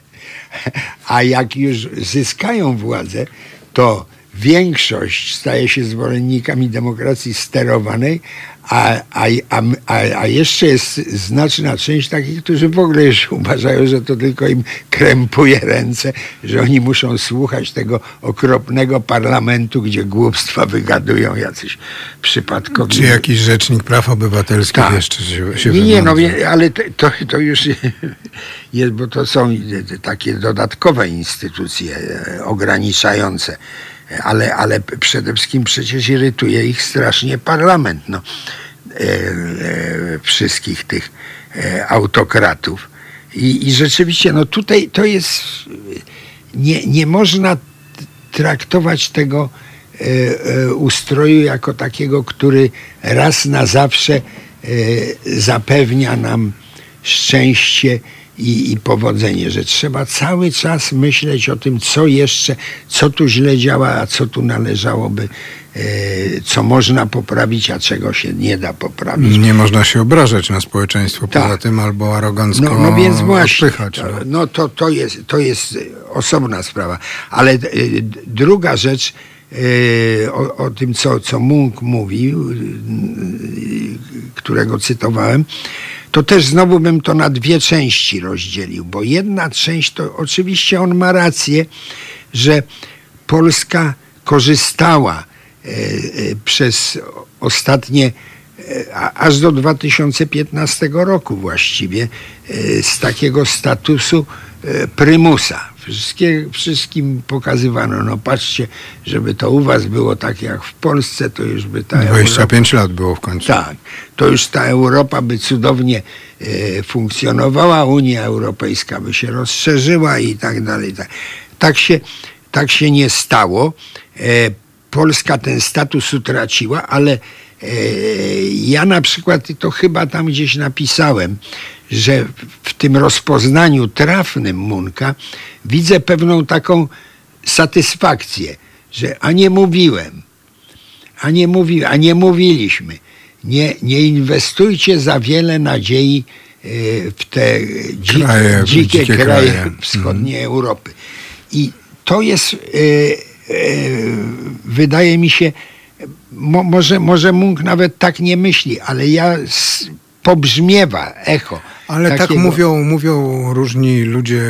A jak już zyskają władzę, to większość staje się zwolennikami demokracji sterowanej, a, a, a, a, a jeszcze jest znaczna część takich, którzy w ogóle już uważają, że to tylko im krępuje ręce, że oni muszą słuchać tego okropnego parlamentu, gdzie głupstwa wygadują jacyś przypadkowi. Czy jakiś rzecznik praw obywatelskich tak. jeszcze się, się Nie, nie, no ale to, to, to już jest, bo to są takie dodatkowe instytucje ograniczające. Ale, ale przede wszystkim przecież irytuje ich strasznie parlament, no, e, e, wszystkich tych e, autokratów. I, I rzeczywiście, no tutaj to jest, nie, nie można traktować tego e, e, ustroju jako takiego, który raz na zawsze e, zapewnia nam szczęście I, i powodzenie, że trzeba cały czas myśleć o tym, co jeszcze, co tu źle działa, a co tu należałoby, e, co można poprawić, a czego się nie da poprawić. Nie można się obrażać na społeczeństwo tak. poza tym, albo arogancko no, no więc właśnie, odpychać. No, no to, to, jest, to jest osobna sprawa. Ale e, druga rzecz, e, o, o tym, co, co Munk mówił, e, którego cytowałem, to też znowu bym to na dwie części rozdzielił, bo jedna część to oczywiście on ma rację, że Polska korzystała e, e, przez ostatnie, e, aż do dwa tysiące piętnastego roku właściwie, e, z takiego statusu prymusa. Wszystkie, wszystkim pokazywano, no patrzcie, żeby to u was było tak jak w Polsce, to już by ta dwadzieścia pięć Europa, lat było w końcu. Tak, to już ta Europa by cudownie e, funkcjonowała, Unia Europejska by się rozszerzyła i tak dalej. Tak, tak, się, tak się nie stało. E, Polska ten status utraciła, ale e, ja na przykład, to chyba tam gdzieś napisałem, że w tym rozpoznaniu trafnym Munka widzę pewną taką satysfakcję, że a nie mówiłem, a nie mówi, a nie mówiliśmy. Nie, nie inwestujcie za wiele nadziei w te dzi, kraje, dzikie, dzikie kraje, kraje wschodniej mm. Europy. I to jest, wydaje mi się, mo, może, może Munk nawet tak nie myśli, ale ja pobrzmiewa echo. Ale takiego, tak mówią, mówią różni ludzie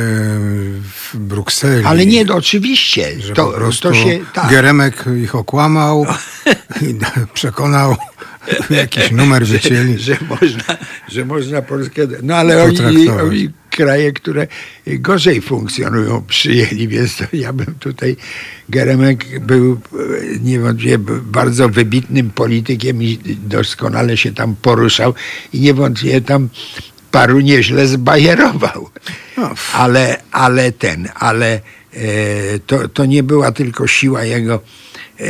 w Brukseli. Ale nie, no, oczywiście. Że to, po prostu to się, tak. Geremek ich okłamał i przekonał, jakiś numer wycięli. Że, że, można, że można Polskę... No ale oni, oni kraje, które gorzej funkcjonują, przyjęli, więc to ja bym tutaj... Geremek był niewątpliwie bardzo wybitnym politykiem i doskonale się tam poruszał i niewątpliwie tam paru nieźle zbajerował. Ale, ale ten, ale e, to, to nie była tylko siła jego e,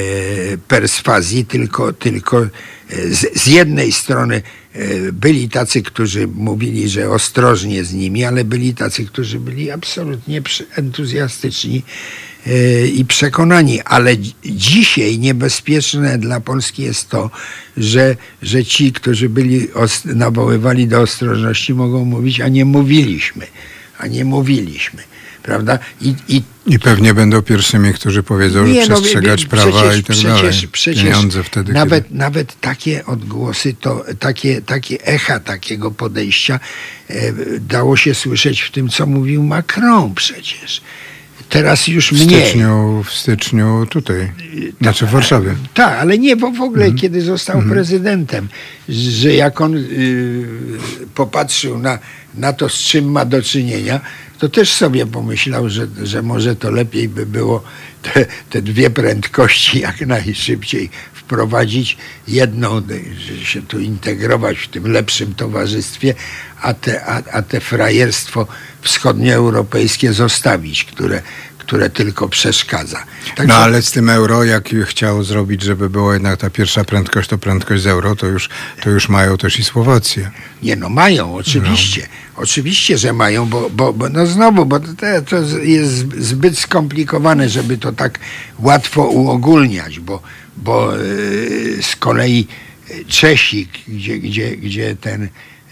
perswazji, tylko, tylko z, z jednej strony e, byli tacy, którzy mówili, że ostrożnie z nimi, ale byli tacy, którzy byli absolutnie entuzjastyczni e, i przekonani. Ale dzisiaj niebezpieczne dla Polski jest to, że, że ci, którzy byli os, nawoływali do ostrożności, mogą mówić, a nie mówiliśmy, a nie mówiliśmy. Prawda? I, i, I pewnie będą pierwszymi, którzy powiedzą, nie, że przestrzegać no, prawa przecież, i tak przecież, dalej. Przecież Pieniądze wtedy, nawet, kiedy... nawet takie odgłosy, to, takie, takie echa takiego podejścia e, dało się słyszeć w tym, co mówił Macron przecież. Teraz już w mniej. Styczniu, w styczniu tutaj, znaczy w Warszawie. Tak, ale nie, bo w ogóle mm. kiedy został mm. prezydentem, że jak on y, popatrzył na, na to, z czym ma do czynienia, to też sobie pomyślał, że, że może to lepiej by było te, te dwie prędkości jak najszybciej wprowadzić. Jedną, że się tu integrować w tym lepszym towarzystwie, a te, a, a te frajerstwo wschodnioeuropejskie zostawić, które, które tylko przeszkadza. Tak no że... ale z tym euro, jak chciał zrobić, żeby była jednak ta pierwsza prędkość, to prędkość z euro, to już, to już mają też i Słowację. Nie no, mają, oczywiście. No. Oczywiście, że mają, bo, bo, bo no znowu, bo to, to jest zbyt skomplikowane, żeby to tak łatwo uogólniać, bo, bo yy, z kolei Czesi, gdzie, gdzie, gdzie ten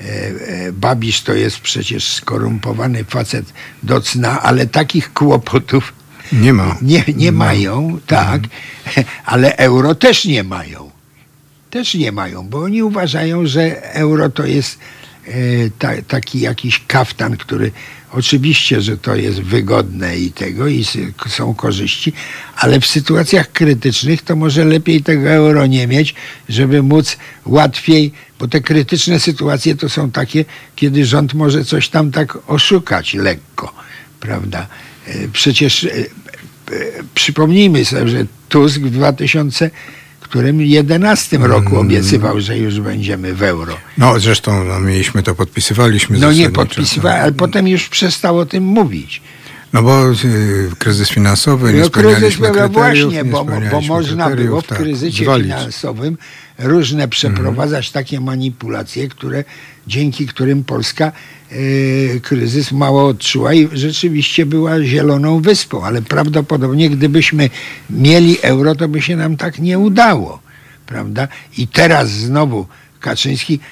Babisz to jest przecież skorumpowany facet do cna, ale takich kłopotów nie ma. Nie, nie mają, tak, ale euro też nie mają. Też nie mają, bo oni uważają, że euro to jest e, ta, taki jakiś kaftan, który oczywiście, że to jest wygodne i tego, i są korzyści, ale w sytuacjach krytycznych to może lepiej tego euro nie mieć, żeby móc łatwiej, bo te krytyczne sytuacje to są takie, kiedy rząd może coś tam tak oszukać lekko, prawda? Przecież e, e, przypomnijmy sobie, że Tusk w dwa tysiące jedenastym roku obiecywał, że już będziemy w euro. No zresztą no, mieliśmy to, podpisywaliśmy. No nie podpisywali, ale potem już przestał o tym mówić. No bo y, kryzys finansowy, nie no, spełnialiśmy kryzys, kryteriów. Właśnie, nie bo, bo można było w tak, kryzysie zwalić. finansowym różne przeprowadzać mm. takie manipulacje, które, dzięki którym Polska y, kryzys mało odczuła i rzeczywiście była zieloną wyspą, ale prawdopodobnie gdybyśmy mieli euro, to by się nam tak nie udało, prawda? I teraz znowu Kaczyński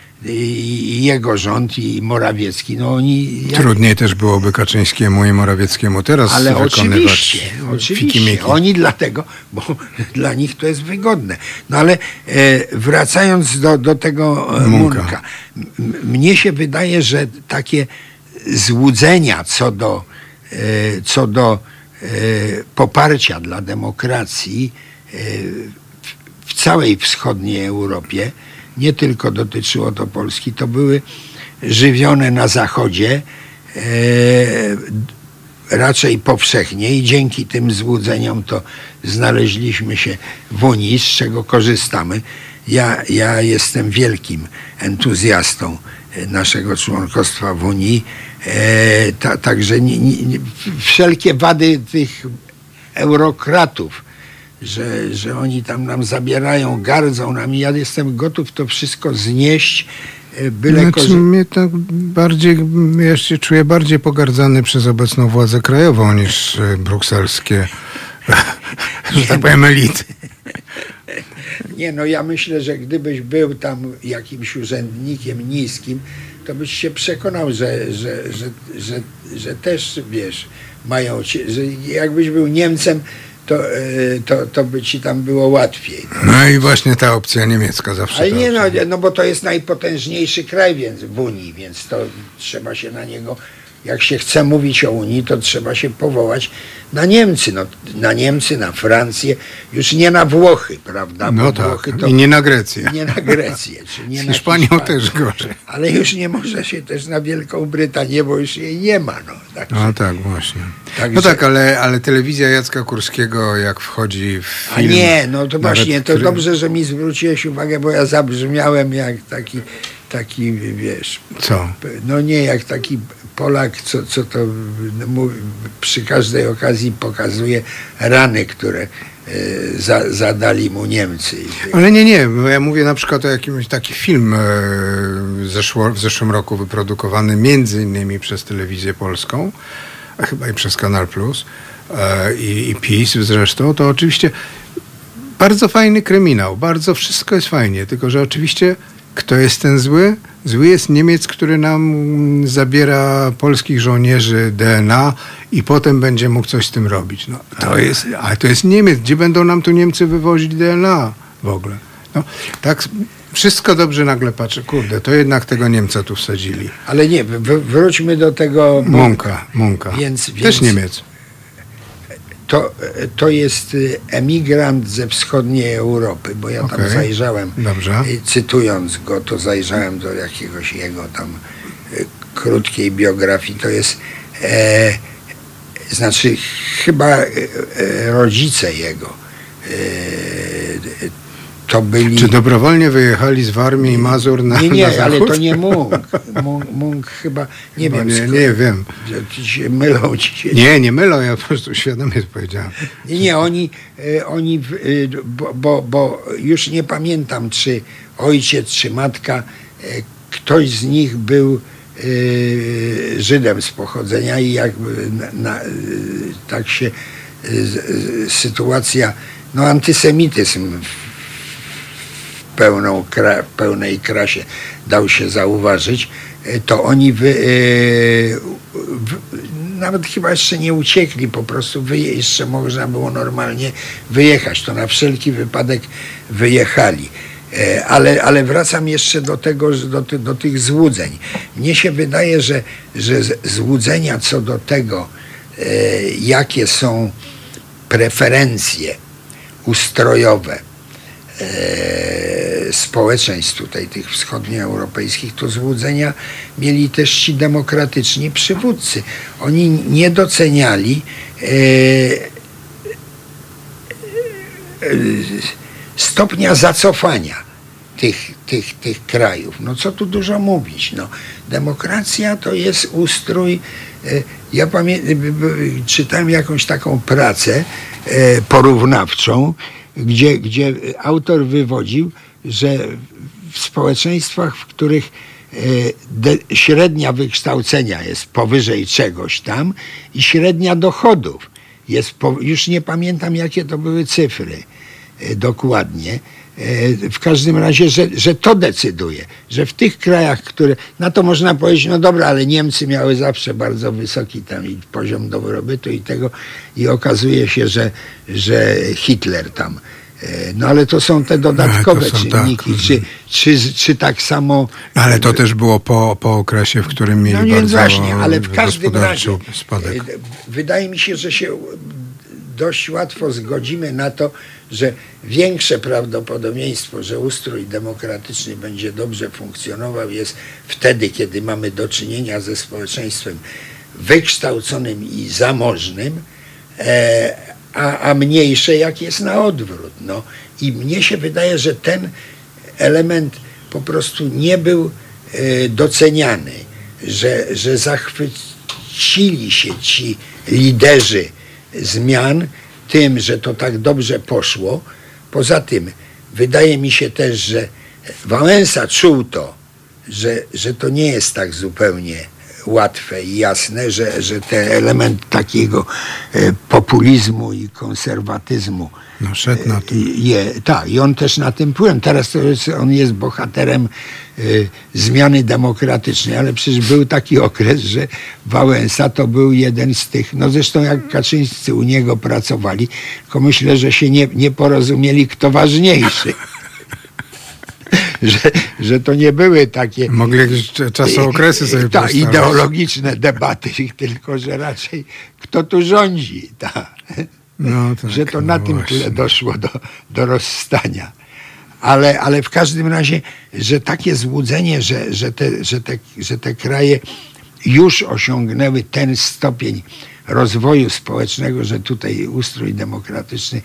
i jego rząd i Morawiecki, no oni... Jak... Trudniej też byłoby Kaczyńskiemu i Morawieckiemu teraz ale wykonywać oczywiście, oczywiście. Oni dlatego, bo dla nich to jest wygodne. No ale e, wracając do, do tego e, Munka, Munka m, mnie się wydaje, że takie złudzenia co do, e, co do e, poparcia dla demokracji e, w, w całej wschodniej Europie, nie tylko dotyczyło to Polski, to były żywione na Zachodzie e, raczej powszechnie i dzięki tym złudzeniom to znaleźliśmy się w Unii, z czego korzystamy. Ja, ja jestem wielkim entuzjastą naszego członkostwa w Unii, e, ta, także nie, nie, wszelkie wady tych eurokratów, że, że oni tam nam zabierają, gardzą nami, ja jestem gotów to wszystko znieść, byle znaczy, korzy- mnie tak bardziej, ja się czuję bardziej pogardzany przez obecną władzę krajową niż brukselskie, że tak powiem, elity. Nie, no ja myślę, że gdybyś był tam jakimś urzędnikiem niskim, to byś się przekonał, że, że, że, że, że też, wiesz, mają cię, że jakbyś był Niemcem, to, to, to by ci tam było łatwiej. No i właśnie ta opcja niemiecka zawsze. Ale nie, no, opcja. no bo to jest najpotężniejszy kraj więc w Unii, więc to trzeba się na niego, jak się chce mówić o Unii, to trzeba się powołać na Niemcy, no, na Niemcy, na Francję, już nie na Włochy, prawda? No Bo tak, Włochy to i nie na Grecję. nie na Grecję. Czy nie Z na Hiszpanią Hiszpanię. też gorzej. Ale już nie może się też na Wielką Brytanię, bo już jej nie ma. No, także, No tak, właśnie. Także- No tak, ale, ale telewizja Jacka Kurskiego, jak wchodzi w A film... nie, no to nawet właśnie, to który- dobrze, że mi zwróciłeś uwagę, bo ja zabrzmiałem jak taki, taki wiesz, Co? no nie jak taki Polak, co, co to no, mówi, przy każdej okazji pokazuje rany, które e, za, zadali mu Niemcy. Ale nie, nie, bo ja mówię na przykład o jakimś taki film e, zeszło, w zeszłym roku wyprodukowany między innymi przez Telewizję Polską, a chyba i przez Kanal Plus e, i, i PiS zresztą, to oczywiście bardzo fajny kryminał, bardzo wszystko jest fajnie, tylko że oczywiście kto jest ten zły? Zły jest Niemiec, który nam zabiera polskich żołnierzy D N A i potem będzie mógł coś z tym robić. No, to jest, ale to jest Niemiec. Gdzie będą nam tu Niemcy wywozić D N A w ogóle? No, tak wszystko dobrze nagle patrzę. Kurde, to jednak tego Niemca tu wsadzili. Ale nie, w, wróćmy do tego Mąka, Mąka. Więc, Też więc Niemiec. To, to jest emigrant ze wschodniej Europy, bo ja tam Okej, zajrzałem, dobrze. i cytując go, to zajrzałem do jakiegoś jego tam e, krótkiej biografii. To jest, e, znaczy chyba e, e, rodzice jego e, to byli... Czy dobrowolnie wyjechali z Warmii i Mazur na, Nie, na nie, zachód? ale to nie Mung. Mung, Mung chyba, nie No wiem. nie, skąd- nie wiem. Ci się mylą ci się. Nie, nie mylą, ja po prostu świadomie powiedziałem. Nie, nie, oni, e, oni w- e, bo, bo, bo już nie pamiętam, czy ojciec, czy matka, e, ktoś z nich był e, Żydem z pochodzenia i jakby na, na, e, tak się e, z- sytuacja, no antysemityzm w pełną, kra, pełnej krasie dał się zauważyć, e, to oni wy, e, w, nawet chyba jeszcze nie uciekli, po prostu wyje, jeszcze można było normalnie wyjechać. To na wszelki wypadek wyjechali. E, Ale, ale wracam jeszcze do tego, że do, ty, do tych złudzeń. Mnie się wydaje, że, że z- złudzenia co do tego, e, jakie są preferencje ustrojowe e, społeczeństw tutaj tych wschodnioeuropejskich, to złudzenia mieli też ci demokratyczni przywódcy. Oni nie doceniali e, e, stopnia zacofania tych, tych, tych krajów. No co tu dużo mówić. No, demokracja to jest ustrój. e, Ja pamiętam, czytałem jakąś taką pracę e, porównawczą, gdzie, gdzie autor wywodził, że w społeczeństwach, w których e, de, średnia wykształcenia jest powyżej czegoś tam i średnia dochodów jest, po, już nie pamiętam jakie to były cyfry e, dokładnie, e, w każdym razie, że, że to decyduje, że w tych krajach, które, na to można powiedzieć, no dobra, ale Niemcy miały zawsze bardzo wysoki tam i poziom dobrobytu i tego i okazuje się, że, że Hitler tam, e, no ale to są te dodatkowe to są, czynniki, tak. czy, czy, czy tak samo... Ale to też było po, po okresie, w którym mieli No nie, bardzo właśnie, ale w każdym razie gospodarczy spadek. e, wydaje mi się, że się dość łatwo zgodzimy na to, że większe prawdopodobieństwo, że ustrój demokratyczny będzie dobrze funkcjonował, jest wtedy, kiedy mamy do czynienia ze społeczeństwem wykształconym i zamożnym, e, a, a mniejsze jak jest na odwrót. No. I mnie się wydaje, że ten element po prostu nie był e, doceniany, że, że zachwycili się ci liderzy zmian tym, że to tak dobrze poszło. Poza tym wydaje mi się też, że Wałęsa czuł to, że, że to nie jest tak zupełnie łatwe i jasne, że, że ten element takiego e, populizmu i konserwatyzmu no, szedł na tym. Je, tak, i on też na tym płynął. Teraz to jest, on jest bohaterem e, zmiany demokratycznej, ale przecież był taki okres, że Wałęsa to był jeden z tych, no zresztą jak Kaczyńscy u niego pracowali, tylko myślę, że się nie, nie porozumieli, kto ważniejszy. Że, że to nie były takie... Mogli jakieś czasookresy sobie ta, ideologiczne debaty, tylko że raczej kto tu rządzi. Ta. No, tak, że to no na tym właśnie. tyle doszło do, do rozstania. Ale, ale w każdym razie, że takie złudzenie, że, że, te, że, te, że te kraje już osiągnęły ten stopień rozwoju społecznego, że tutaj ustrój demokratyczny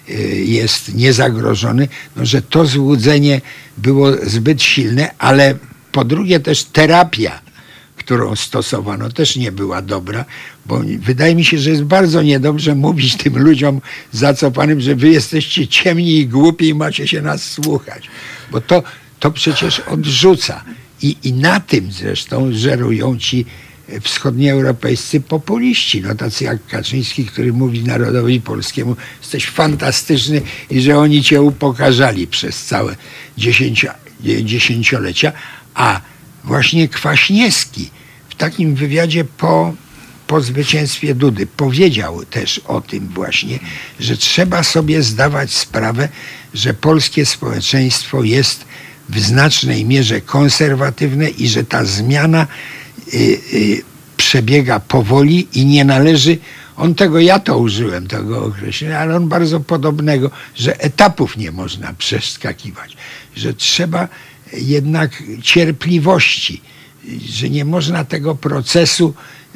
jest niezagrożony, no, że to złudzenie było zbyt silne, ale po drugie też terapia, którą stosowano, też nie była dobra, bo wydaje mi się, że jest bardzo niedobrze mówić tym ludziom zacofanym, że wy jesteście ciemni i głupi i macie się nas słuchać, bo to, to przecież odrzuca. I, i na tym zresztą żerują ci wschodnioeuropejscy populiści, no tacy jak Kaczyński, który mówi narodowi polskiemu, jesteś fantastyczny i że oni cię upokarzali przez całe dziesięcio, dziesięciolecia, a właśnie Kwaśniewski w takim wywiadzie po, po zwycięstwie Dudy powiedział też o tym właśnie, że trzeba sobie zdawać sprawę, że polskie społeczeństwo jest w znacznej mierze konserwatywne i że ta zmiana y, y, przebiega powoli i nie należy, on tego, ja to użyłem, tego określenia, ale on bardzo podobnego, że etapów nie można przeskakiwać, że trzeba jednak cierpliwości, że nie można tego procesu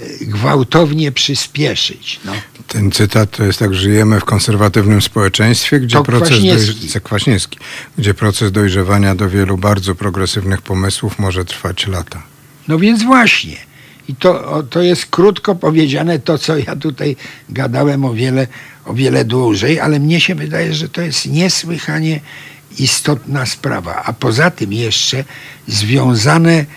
gwałtownie przyspieszyć. No. Ten cytat to jest tak, żyjemy w konserwatywnym społeczeństwie, gdzie To proces, Kwaśniewski. doj- Kwaśniewski, gdzie proces dojrzewania do wielu bardzo progresywnych pomysłów może trwać lata. No więc właśnie. I to, o, to jest krótko powiedziane to, co ja tutaj gadałem o wiele, o wiele dłużej, ale mnie się wydaje, że to jest niesłychanie istotna sprawa. A poza tym jeszcze związane, e,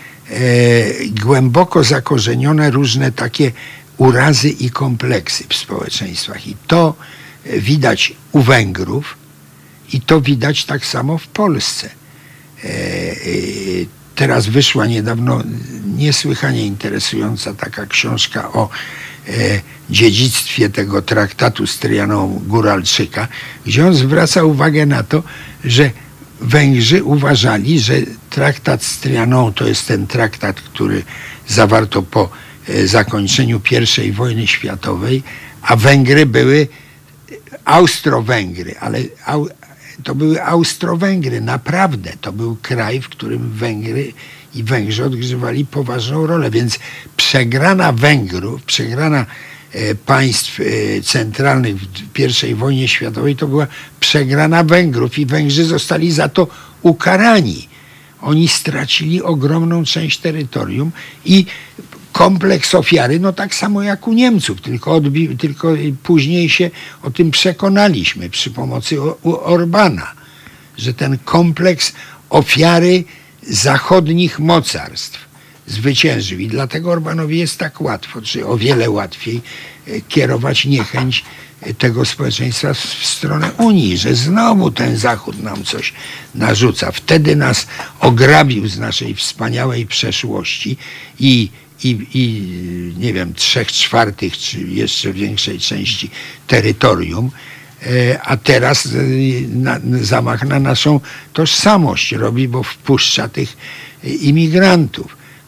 głęboko zakorzenione różne takie urazy i kompleksy w społeczeństwach. I to widać u Węgrów i to widać tak samo w Polsce. E, e, Teraz wyszła niedawno niesłychanie interesująca taka książka o e, dziedzictwie tego traktatu z Trianon-Góralczyka, gdzie on zwraca uwagę na to, że Węgrzy uważali, że traktat z Trianon to jest ten traktat, który zawarto po e, zakończeniu pierwszej wojny światowej, a Węgry były Austro-Węgry, ale au, to były Austro-Węgry, naprawdę. To był kraj, w którym Węgry i Węgrzy odgrywali poważną rolę, więc przegrana Węgrów, przegrana e, państw e, centralnych w pierwszej wojnie światowej to była przegrana Węgrów i Węgrzy zostali za to ukarani. Oni stracili ogromną część terytorium i kompleks ofiary, no tak samo jak u Niemców, tylko, odbi- tylko później się o tym przekonaliśmy przy pomocy o- u Orbana, że ten kompleks ofiary zachodnich mocarstw zwyciężył i dlatego Orbanowi jest tak łatwo, czy o wiele łatwiej e, kierować niechęć tego społeczeństwa w stronę Unii, że znowu ten Zachód nam coś narzuca. Wtedy nas ograbił z naszej wspaniałej przeszłości i I, i nie wiem, trzech czwartych, czy jeszcze większej części terytorium, e, a teraz e, na, zamach na naszą tożsamość robi, bo wpuszcza tych imigrantów.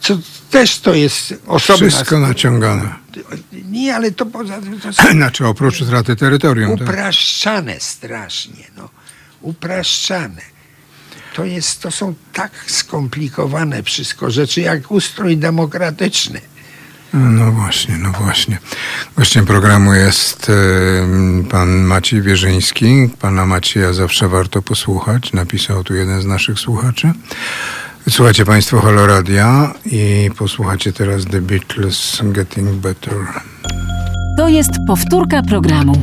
co też to jest osobna... Wszystko naciągane. Nie, ale to poza tym... To znaczy oprócz utraty terytorium. Upraszczane tak? strasznie, no. Upraszczane. To jest, to są tak skomplikowane wszystko rzeczy, jak ustrój demokratyczny. No właśnie, no właśnie. Gościem programu jest y, pan Maciej Wierzyński. Pana Macieja zawsze warto posłuchać. Napisał tu jeden z naszych słuchaczy. Słuchacie państwo Halo Radia i posłuchacie teraz The Beatles Getting Better. To jest powtórka programu.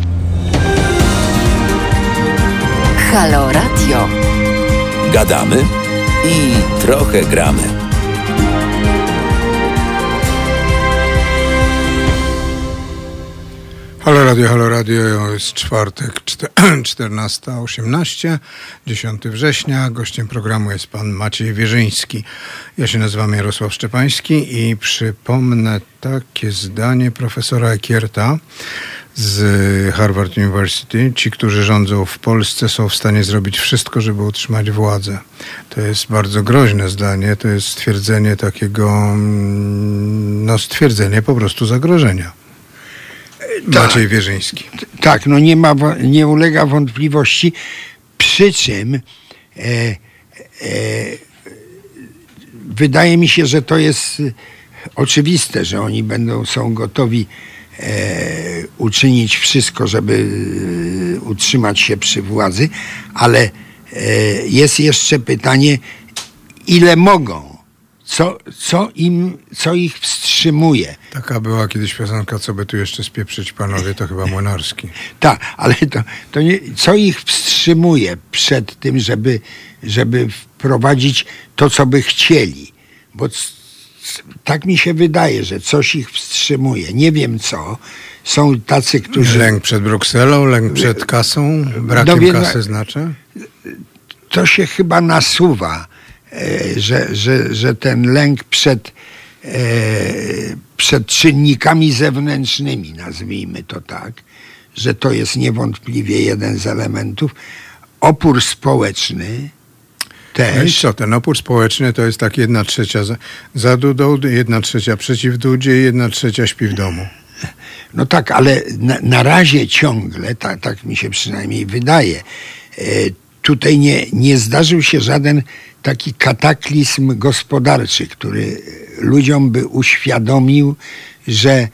Halo Radio. Gadamy i trochę gramy. Halo Radio, Halo Radio, jest czwartek, czternasta osiemnaście, dziesiątego września. Gościem programu jest pan Maciej Wierzyński. Ja się nazywam Jarosław Szczepański i przypomnę takie zdanie profesora Ekierta z Harvard University. Ci, którzy rządzą w Polsce, są w stanie zrobić wszystko, żeby utrzymać władzę. To jest bardzo groźne zdanie. To jest stwierdzenie takiego, no stwierdzenie po prostu zagrożenia. Maciej Wierzyński. Tak, no nie ma, nie ulega wątpliwości, przy czym e, e, wydaje mi się, że to jest oczywiste, że oni będą, są gotowi e, uczynić wszystko, żeby utrzymać się przy władzy, ale e, jest jeszcze pytanie, ile mogą? Co, co, im, co ich wstrzymuje? Taka była kiedyś piosenka, co by tu jeszcze spieprzyć panowie, to chyba Młynarski. Tak, ale to, to nie, co ich wstrzymuje przed tym, żeby, żeby wprowadzić to, co by chcieli? Bo c, tak mi się wydaje, że coś ich wstrzymuje. Nie wiem co. Są tacy, którzy... Lęk przed Brukselą, lęk przed kasą, brakiem no, kasy znaczy? To się chyba nasuwa. Że, że, że ten lęk przed, e, przed czynnikami zewnętrznymi, nazwijmy to tak, że to jest niewątpliwie jeden z elementów. Opór społeczny też. No i co, ten opór społeczny to jest tak jedna trzecia za, za Dudą, jedna trzecia przeciw Dudzie, jedna trzecia śpi w domu. No tak, ale na, na razie ciągle, tak, tak mi się przynajmniej wydaje, e, tutaj nie, nie zdarzył się żaden taki kataklizm gospodarczy, który ludziom by uświadomił, że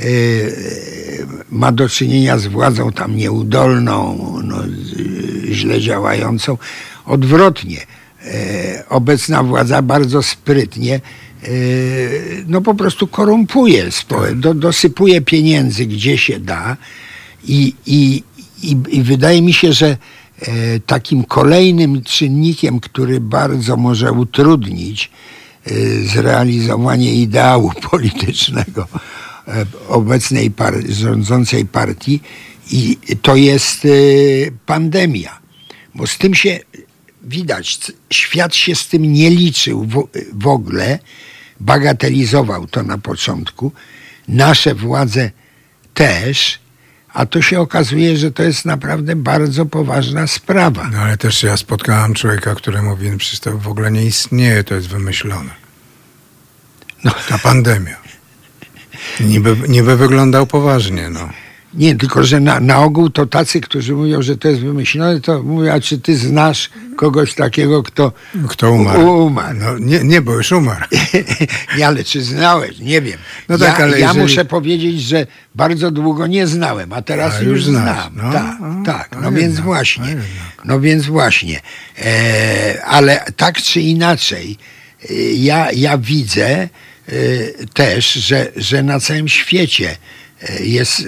y, ma do czynienia z władzą tam nieudolną, no, źle działającą. Odwrotnie, y, obecna władza bardzo sprytnie y, no po prostu korumpuje, do, dosypuje pieniędzy gdzie się da i, i, i, i wydaje mi się, że takim kolejnym czynnikiem, który bardzo może utrudnić zrealizowanie ideału politycznego obecnej par- rządzącej partii, i to jest pandemia. Bo z tym się widać, świat się z tym nie liczył w, w ogóle, bagatelizował to na początku, nasze władze też. A to się okazuje, że to jest naprawdę bardzo poważna sprawa. No ale też ja spotkałem człowieka, który mówi, że przecież to w ogóle nie istnieje, to jest wymyślone. No. Ta pandemia. Niby, niby wyglądał poważnie, no. Nie, tylko że na, na ogół to tacy, którzy mówią, że to jest wymyślone, to mówią, a czy ty znasz kogoś takiego, kto, kto umarł? U, umarł. No, nie, nie, bo już umarł. Nie, ale czy znałeś? Nie wiem. No tak, ja ale ja jeżeli... muszę powiedzieć, że bardzo długo nie znałem, a teraz a, już, już znam. No, tak, a, tak. No a więc jednak, właśnie. No więc właśnie. E, ale tak czy inaczej, e, ja, ja widzę e, też, że, że na całym świecie e, jest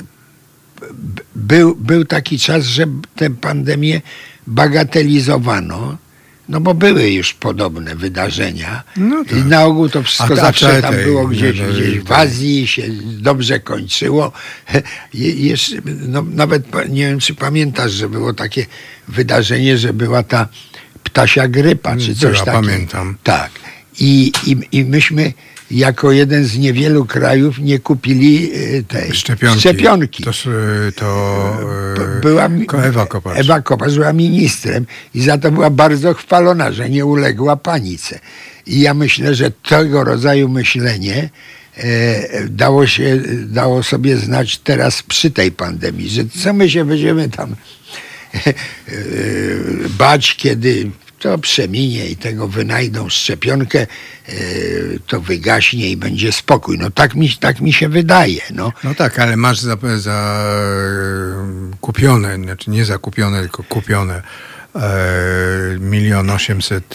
Był, był taki czas, że tę pandemię bagatelizowano, no bo były już podobne wydarzenia. No tak. I na ogół to wszystko ta, zawsze tam tej, było gdzieś, no, gdzieś w Azji, się dobrze kończyło. Je, jeszcze, no, nawet nie wiem, czy pamiętasz, że było takie wydarzenie, że była ta ptasia grypa, czy coś ja takiego. Pamiętam. Tak. I, i, i myśmy jako jeden z niewielu krajów nie kupili tej szczepionki. szczepionki. To, to była, Ewa Kopacz. Ewa Kopacz była ministrem i za to była bardzo chwalona, że nie uległa panice. I ja myślę, że tego rodzaju myślenie e, dało się, dało sobie znać teraz przy tej pandemii, że co my się będziemy tam e, e, bać, kiedy to przeminie i tego wynajdą szczepionkę, e, to wygaśnie i będzie spokój. No tak mi, tak mi się wydaje. No, no tak, ale masz za, za kupione, znaczy nie zakupione, tylko kupione e, milion osiemset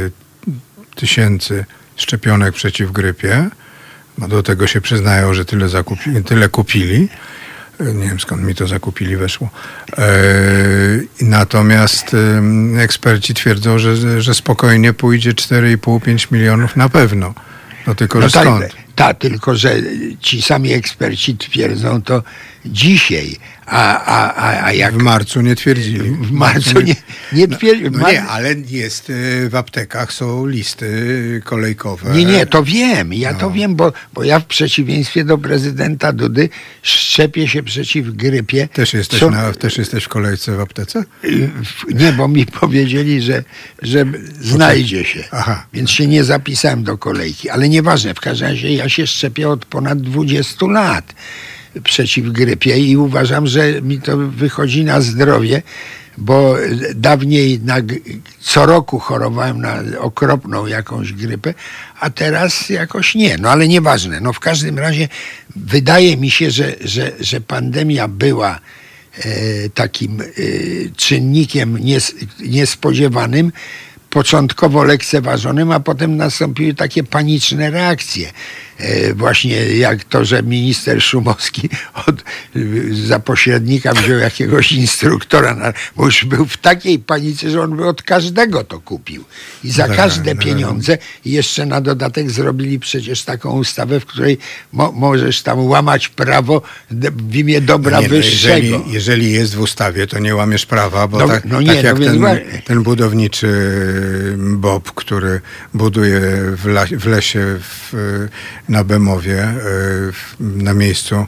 tysięcy szczepionek przeciw grypie. No do tego się przyznają, że tyle, zakupi, tyle kupili. Nie wiem, skąd mi to zakupili weszło. E, natomiast e, eksperci twierdzą, że, że spokojnie pójdzie cztery i pół do pięciu milionów na pewno. No tylko, no że tak, skąd? Tak, tylko, że ci sami eksperci twierdzą to dzisiaj, a, a, a, a jak... W marcu nie twierdzili. W marcu nie, nie twierdzili. No, no nie, ale jest, w aptekach są listy kolejkowe. Nie, nie, to wiem, ja no. to wiem, bo, bo ja w przeciwieństwie do prezydenta Dudy szczepię się przeciw grypie. Też jesteś, co... na, też jesteś w kolejce w aptece? Nie, bo mi powiedzieli, że, że znajdzie się. Aha. Więc się nie zapisałem do kolejki, ale nieważne, w każdym razie ja się szczepię od ponad dwudziestu lat przeciw grypie i uważam, że mi to wychodzi na zdrowie, bo dawniej na, co roku chorowałem na okropną jakąś grypę, a teraz jakoś nie. No ale nieważne. No w każdym razie wydaje mi się, że, że, że pandemia była e, takim e, czynnikiem nies, niespodziewanym, początkowo lekceważonym, a potem nastąpiły takie paniczne reakcje. E, właśnie jak to, że minister Szumowski od, za pośrednika wziął jakiegoś instruktora, na, bo już był w takiej panice, że on by od każdego to kupił. I za każde pieniądze i jeszcze na dodatek zrobili przecież taką ustawę, w której mo, możesz tam łamać prawo w imię dobra nie, wyższego. Jeżeli, jeżeli jest w ustawie, to nie łamiesz prawa, bo no, tak, no nie, tak jak no ten, więc... ten budowniczy Bob, który buduje w, la, w lesie w, na Bemowie, na miejscu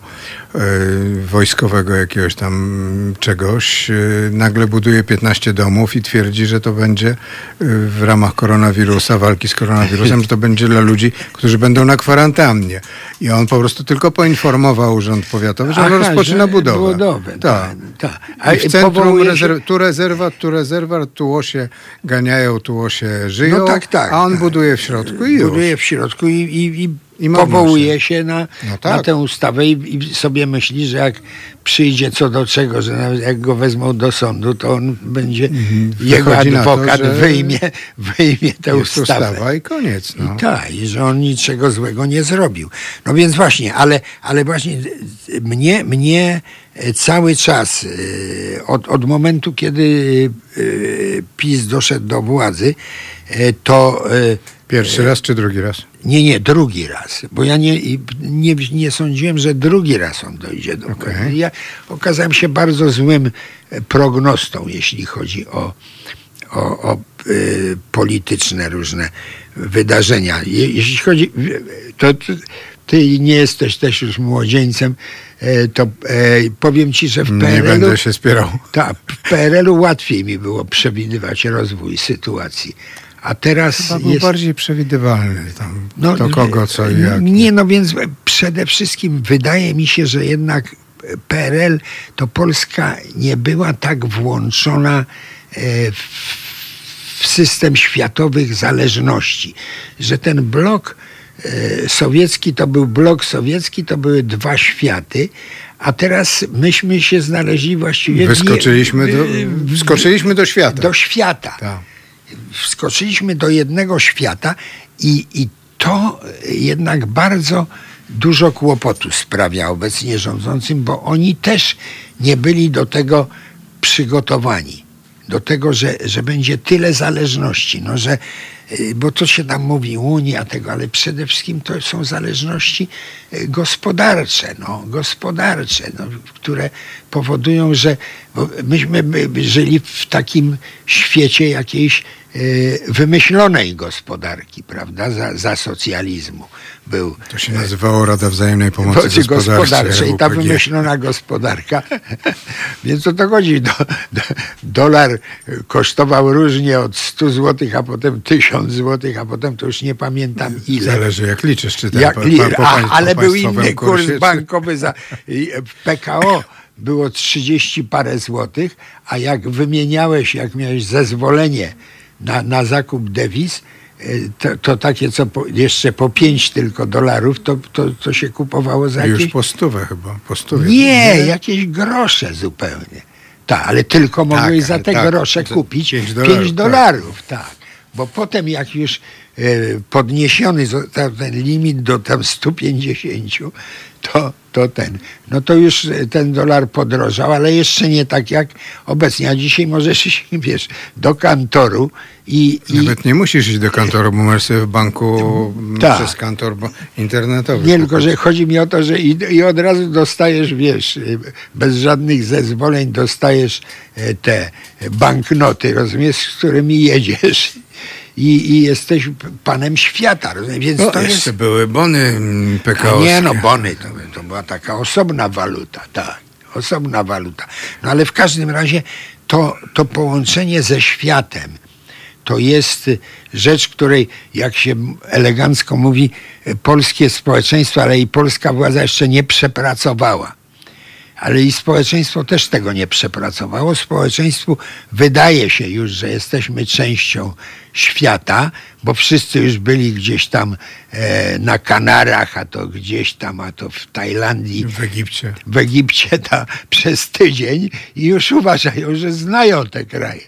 wojskowego jakiegoś tam czegoś, nagle buduje piętnaście domów i twierdzi, że to będzie w ramach koronawirusa, walki z koronawirusem, że to będzie dla ludzi, którzy będą na kwarantannie. I on po prostu tylko poinformował Urząd Powiatowy, że on rozpoczyna budowę. budowę tak. Ta. I w centrum rezerw- tu rezerwat, tu rezerwat, tu łosie ganiają, tu łosie żyją, no tak, tak, a on tak. buduje w środku i już. Buduje w środku i, i, i I powołuje się na, no tak. na tę ustawę i, i sobie myśli, że jak przyjdzie co do czego, że nawet jak go wezmą do sądu, to on będzie, mhm. jego adwokat to, wyjmie, wyjmie tę jest ustawę. Ustawa i koniec. No. I tak, i że on niczego złego nie zrobił. No więc właśnie, ale, ale właśnie mnie, mnie cały czas od, od momentu, kiedy PiS doszedł do władzy, to... Pierwszy raz czy drugi raz? Nie, nie, drugi raz. Bo ja nie, nie, nie sądziłem, że drugi raz on dojdzie do władzy. Okay. Ja okazałem się bardzo złym prognostą, jeśli chodzi o, o, o y, polityczne różne wydarzenia. Je, jeśli chodzi... To, to ty nie jesteś też już młodzieńcem, to e, powiem ci, że w P R L-u... Nie będę się spierał. Tak, w P R L-u łatwiej mi było przewidywać rozwój sytuacji. A teraz Chyba jest... był bardziej przewidywalny tam, no, to kogo, co i jak. Nie, no więc przede wszystkim wydaje mi się, że jednak P R L to Polska nie była tak włączona w, w system światowych zależności, że ten blok sowiecki to był blok sowiecki, to były dwa światy, a teraz myśmy się znaleźli właściwie... Wyskoczyliśmy do, wskoczyliśmy do świata. Do świata. Tak. Wskoczyliśmy do jednego świata i, i to jednak bardzo dużo kłopotu sprawia obecnie rządzącym, bo oni też nie byli do tego przygotowani. Do tego, że, że będzie tyle zależności, no, że, bo to się tam mówi Unia tego, ale przede wszystkim to są zależności gospodarcze, no, gospodarcze, no, które powodują, że myśmy żyli w takim świecie jakiejś wymyślonej gospodarki, prawda, za, za socjalizmu. Był, to się nazywało Rada Wzajemnej Pomocy Gospodarczej. gospodarczej. Ta wymyślona gospodarka. Więc o to chodzi. Do, do, dolar kosztował różnie od stu złotych, a potem tysiąc milion złotych, a potem to już nie pamiętam ile. Zależy jak liczysz, czy tak jak po, li- po, po, a, po ale był inny kursie, kurs bankowy. Za, w P K O było trzydzieści parę złotych, a jak wymieniałeś, jak miałeś zezwolenie na, na zakup dewiz, to, to takie, co po, jeszcze po pięć tylko dolarów, to, to, to się kupowało za Już jakieś... po stówę chyba. Po stówie. Nie, jakieś grosze zupełnie. Tak, ale tylko mogłeś Tak, za ale te tak, grosze to kupić pięć dolarów, pięć dolarów, tak. Bo potem jak już e, podniesiony został ten limit do tam stu pięćdziesięciu, to, to ten, no to już ten dolar podrożał, ale jeszcze nie tak jak obecnie. A dzisiaj możesz iść, wiesz, do kantoru i... i Nawet nie musisz iść do kantoru, bo możesz sobie w banku tak. przez kantor internetowy. Nie, tylko że chodzi mi o to, że i, i od razu dostajesz, wiesz, bez żadnych zezwoleń dostajesz te banknoty, rozumiesz, z którymi jedziesz. I, i jesteś panem świata, rozumiesz? Więc No, to jeszcze jest... były bony P K A O. nie, no bony to, to była taka osobna waluta, tak, osobna waluta. No ale w każdym razie to, to połączenie ze światem to jest rzecz, której, jak się elegancko mówi, polskie społeczeństwo, ale i polska władza jeszcze nie przepracowała. Ale i społeczeństwo też tego nie przepracowało. Społeczeństwu wydaje się już, że jesteśmy częścią świata, bo wszyscy już byli gdzieś tam e, na Kanarach, a to gdzieś tam, a to w Tajlandii. W Egipcie. W Egipcie ta, przez tydzień i już uważają, że znają te kraje.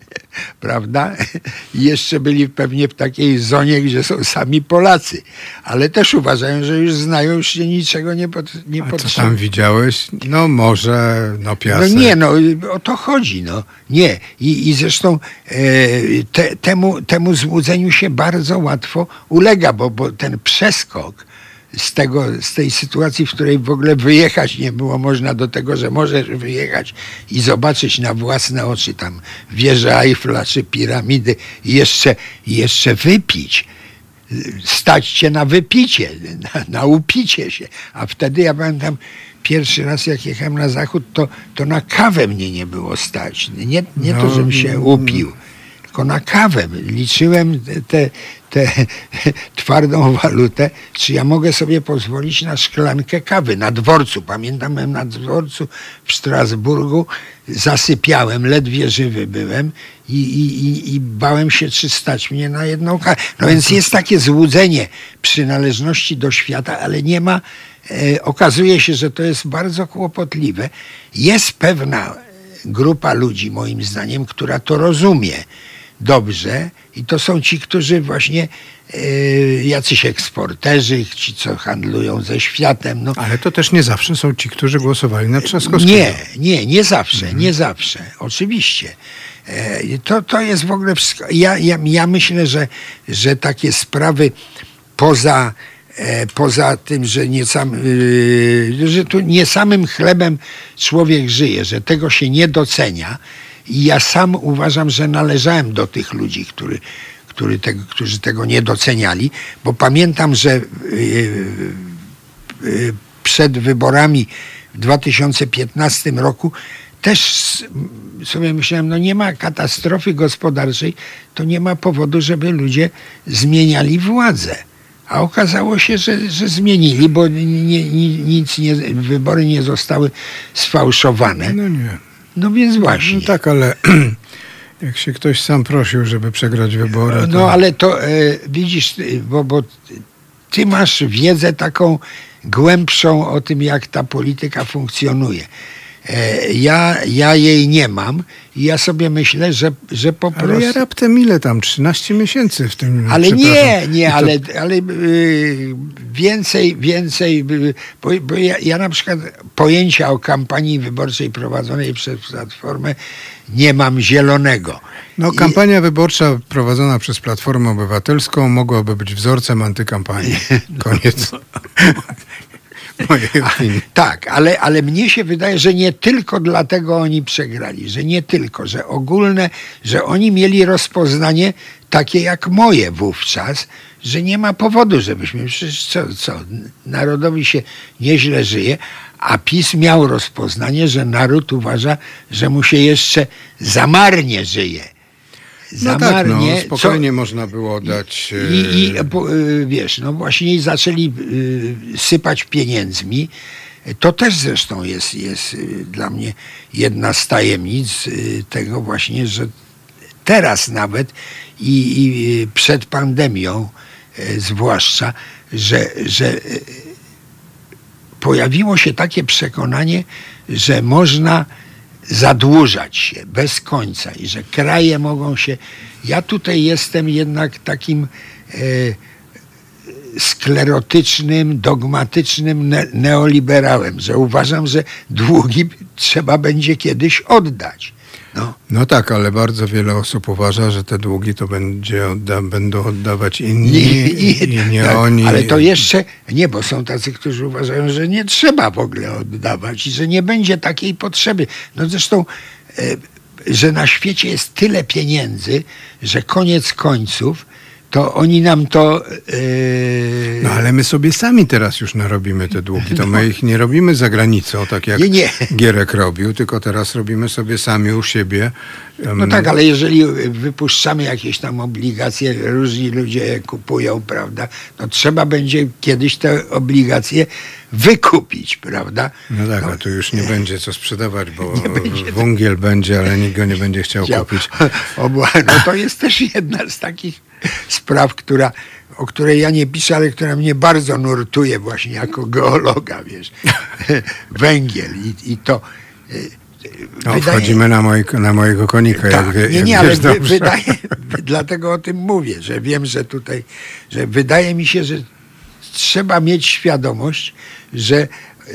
Prawda? I jeszcze byli pewnie w takiej zonie, gdzie są sami Polacy. Ale też uważają, że już znają, już się niczego nie, pod, nie A co potrzebują. tam widziałeś? No morze, no piasek. No nie, no o to chodzi, no. Nie. I, i zresztą e, te, temu, temu złudzeniu się bardzo łatwo ulega, bo, bo ten przeskok z, tego, z tej sytuacji, w której w ogóle wyjechać nie było można, do tego, że możesz wyjechać i zobaczyć na własne oczy tam wieżę Eiffla czy piramidy i jeszcze, i jeszcze wypić. Stać cię na wypicie, na, na upicie się. A wtedy ja pamiętam pierwszy raz, jak jechałem na zachód, to, to na kawę mnie nie było stać. Nie, nie No, to, żebym się upił, tylko na kawę. Liczyłem tę te, te, twardą walutę, czy ja mogę sobie pozwolić na szklankę kawy na dworcu. Pamiętam, na dworcu w Strasburgu zasypiałem, ledwie żywy byłem i, i, i, i bałem się, czy stać mnie na jedną kawę. No więc jest takie złudzenie przynależności do świata, ale nie ma, e, okazuje się, że to jest bardzo kłopotliwe. Jest pewna grupa ludzi, moim zdaniem, która to rozumie dobrze i to są ci, którzy właśnie y, jacyś eksporterzy, ci, co handlują ze światem. No. Ale to też nie zawsze są ci, którzy głosowali na Trzaskowskiego. Nie, nie, nie zawsze, mhm. nie zawsze, oczywiście. E, to, to jest w ogóle wszystko. Ja, ja, ja myślę, że, że takie sprawy poza E, poza tym, że nie, sam, yy, że tu nie samym chlebem człowiek żyje, że tego się nie docenia. I ja sam uważam, że należałem do tych ludzi, który, który tego, którzy tego nie doceniali, bo pamiętam, że yy, yy, przed wyborami w dwa tysiące piętnastym roku też sobie myślałem, no nie ma katastrofy gospodarczej, to nie ma powodu, żeby ludzie zmieniali władzę. A okazało się, że, że zmienili, bo nie, nie, nic nie, wybory nie zostały sfałszowane. No nie. No więc właśnie. No tak, ale jak się ktoś sam prosił, żeby przegrać wybory. To... No ale to e, widzisz, bo, bo ty masz wiedzę taką głębszą o tym, jak ta polityka funkcjonuje. E, ja, ja jej nie mam i ja sobie myślę, że, że po prostu... Ale ja raptem ile tam? trzynaście miesięcy w tym... Ale nie, nie, ale, ale yy, więcej, więcej, yy, bo, bo ja, ja na przykład pojęcia o kampanii wyborczej prowadzonej przez Platformę nie mam zielonego. No kampania I... wyborcza prowadzona przez Platformę Obywatelską mogłaby być wzorcem antykampanii. Koniec. A, tak, ale, ale mnie się wydaje, że nie tylko dlatego oni przegrali, że nie tylko, że ogólne, że oni mieli rozpoznanie takie jak moje wówczas, że nie ma powodu, żebyśmy, przecież co, co, narodowi się nieźle żyje, a PiS miał rozpoznanie, że naród uważa, że mu się jeszcze za marnie żyje. No zamarnie. tak, no, spokojnie co, można było dać... I, i bo, wiesz, no właśnie zaczęli sypać pieniędzmi. To też zresztą jest, jest dla mnie jedna z tajemnic tego właśnie, że teraz nawet i, i przed pandemią zwłaszcza, że, że pojawiło się takie przekonanie, że można zadłużać się bez końca i że kraje mogą się... Ja tutaj jestem jednak takim e, sklerotycznym, dogmatycznym ne- neoliberałem, że uważam, że długi trzeba będzie kiedyś oddać. No. no tak, ale bardzo wiele osób uważa, że te długi to będzie odda- będą oddawać inni i, i, i nie tak, oni. Ale to jeszcze nie, bo są tacy, którzy uważają, że nie trzeba w ogóle oddawać i że nie będzie takiej potrzeby. No zresztą, e, że na świecie jest tyle pieniędzy, że koniec końców to oni nam to... Yy... No ale my sobie sami teraz już narobimy te długi. To my ich nie robimy za granicą, tak jak nie, nie. Gierek robił, tylko teraz robimy sobie sami u siebie. No tak, ale jeżeli wypuszczamy jakieś tam obligacje, różni ludzie je kupują, prawda, no trzeba będzie kiedyś te obligacje wykupić, prawda? No tak, no, a tu już nie będzie co sprzedawać, bo będzie węgiel to... będzie, ale nikt go nie będzie chciał, chciał. kupić. No to jest też jedna z takich spraw, która, o której ja nie piszę, ale która mnie bardzo nurtuje właśnie jako geologa, wiesz. Węgiel i, i to... No, wydaje... Wchodzimy na, moj, na mojego konika. Tak, jak, nie, jak nie, ale wy, wydaje, dlatego o tym mówię, że wiem, że tutaj, że wydaje mi się, że trzeba mieć świadomość, że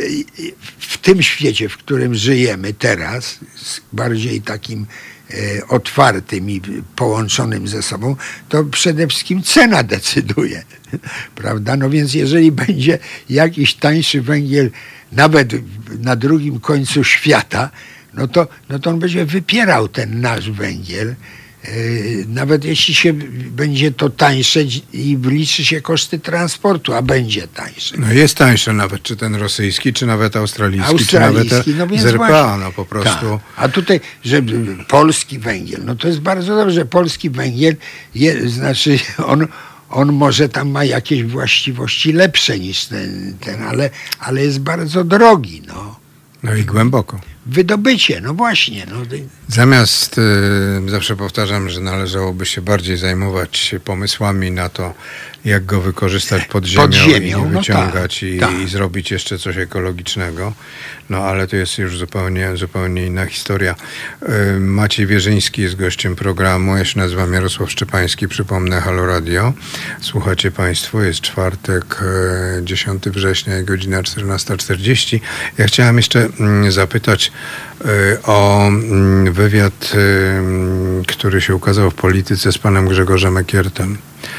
w tym świecie, w którym żyjemy teraz, bardziej takim e, otwartym i połączonym ze sobą, to przede wszystkim cena decyduje, prawda? No więc jeżeli będzie jakiś tańszy węgiel nawet na drugim końcu świata, no to, no to on będzie wypierał ten nasz węgiel, yy, nawet jeśli się będzie to tańsze i wliczy się koszty transportu, a będzie tańsze. No jest tańsze nawet, czy ten rosyjski, czy nawet australijski, australijski czy nawet no z R P A, no po prostu. Ta. A tutaj, że polski węgiel, no to jest bardzo dobrze, że polski węgiel, je, znaczy on On może tam ma jakieś właściwości lepsze niż ten, ten ale, ale jest bardzo drogi. No, no i głęboko. Wydobycie, no właśnie. No. Zamiast, y, zawsze powtarzam, że należałoby się bardziej zajmować pomysłami na to, jak go wykorzystać pod ziemią, pod ziemią i wyciągać no ta, i, ta. i zrobić jeszcze coś ekologicznego. No ale to jest już zupełnie, zupełnie inna historia. Y, Maciej Wierzyński jest gościem programu. Ja się nazywam Jarosław Szczepański. Przypomnę, Halo Radio. Słuchacie Państwo, jest czwartek, y, dziesiątego września, godzina czternasta czterdzieści. Ja chciałem jeszcze y, zapytać y, o y, wywiad, y, który się ukazał w Polityce z panem Grzegorzem Ekiertem,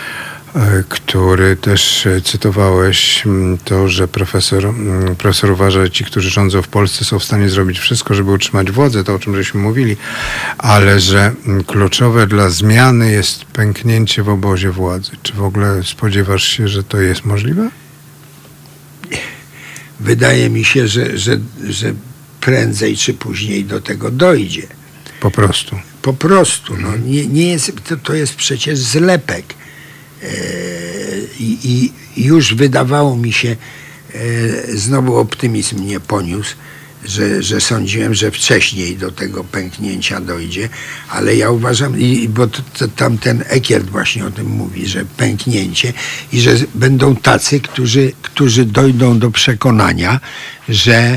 który też cytowałeś, to, że profesor, profesor uważa, że ci, którzy rządzą w Polsce, są w stanie zrobić wszystko, żeby utrzymać władzę, to o czym żeśmy mówili, ale że kluczowe dla zmiany jest pęknięcie w obozie władzy. Czy w ogóle spodziewasz się, że to jest możliwe? Wydaje mi się, że, że, że prędzej czy później do tego dojdzie. Po prostu. Po prostu. No, nie, nie jest, to, to jest przecież zlepek. I, i już wydawało mi się, znowu optymizm mnie poniósł, że, że sądziłem, że wcześniej do tego pęknięcia dojdzie, ale ja uważam, i, bo to, to, tam ten Ekiert właśnie o tym mówi, że pęknięcie i że będą tacy, którzy, którzy dojdą do przekonania, że e,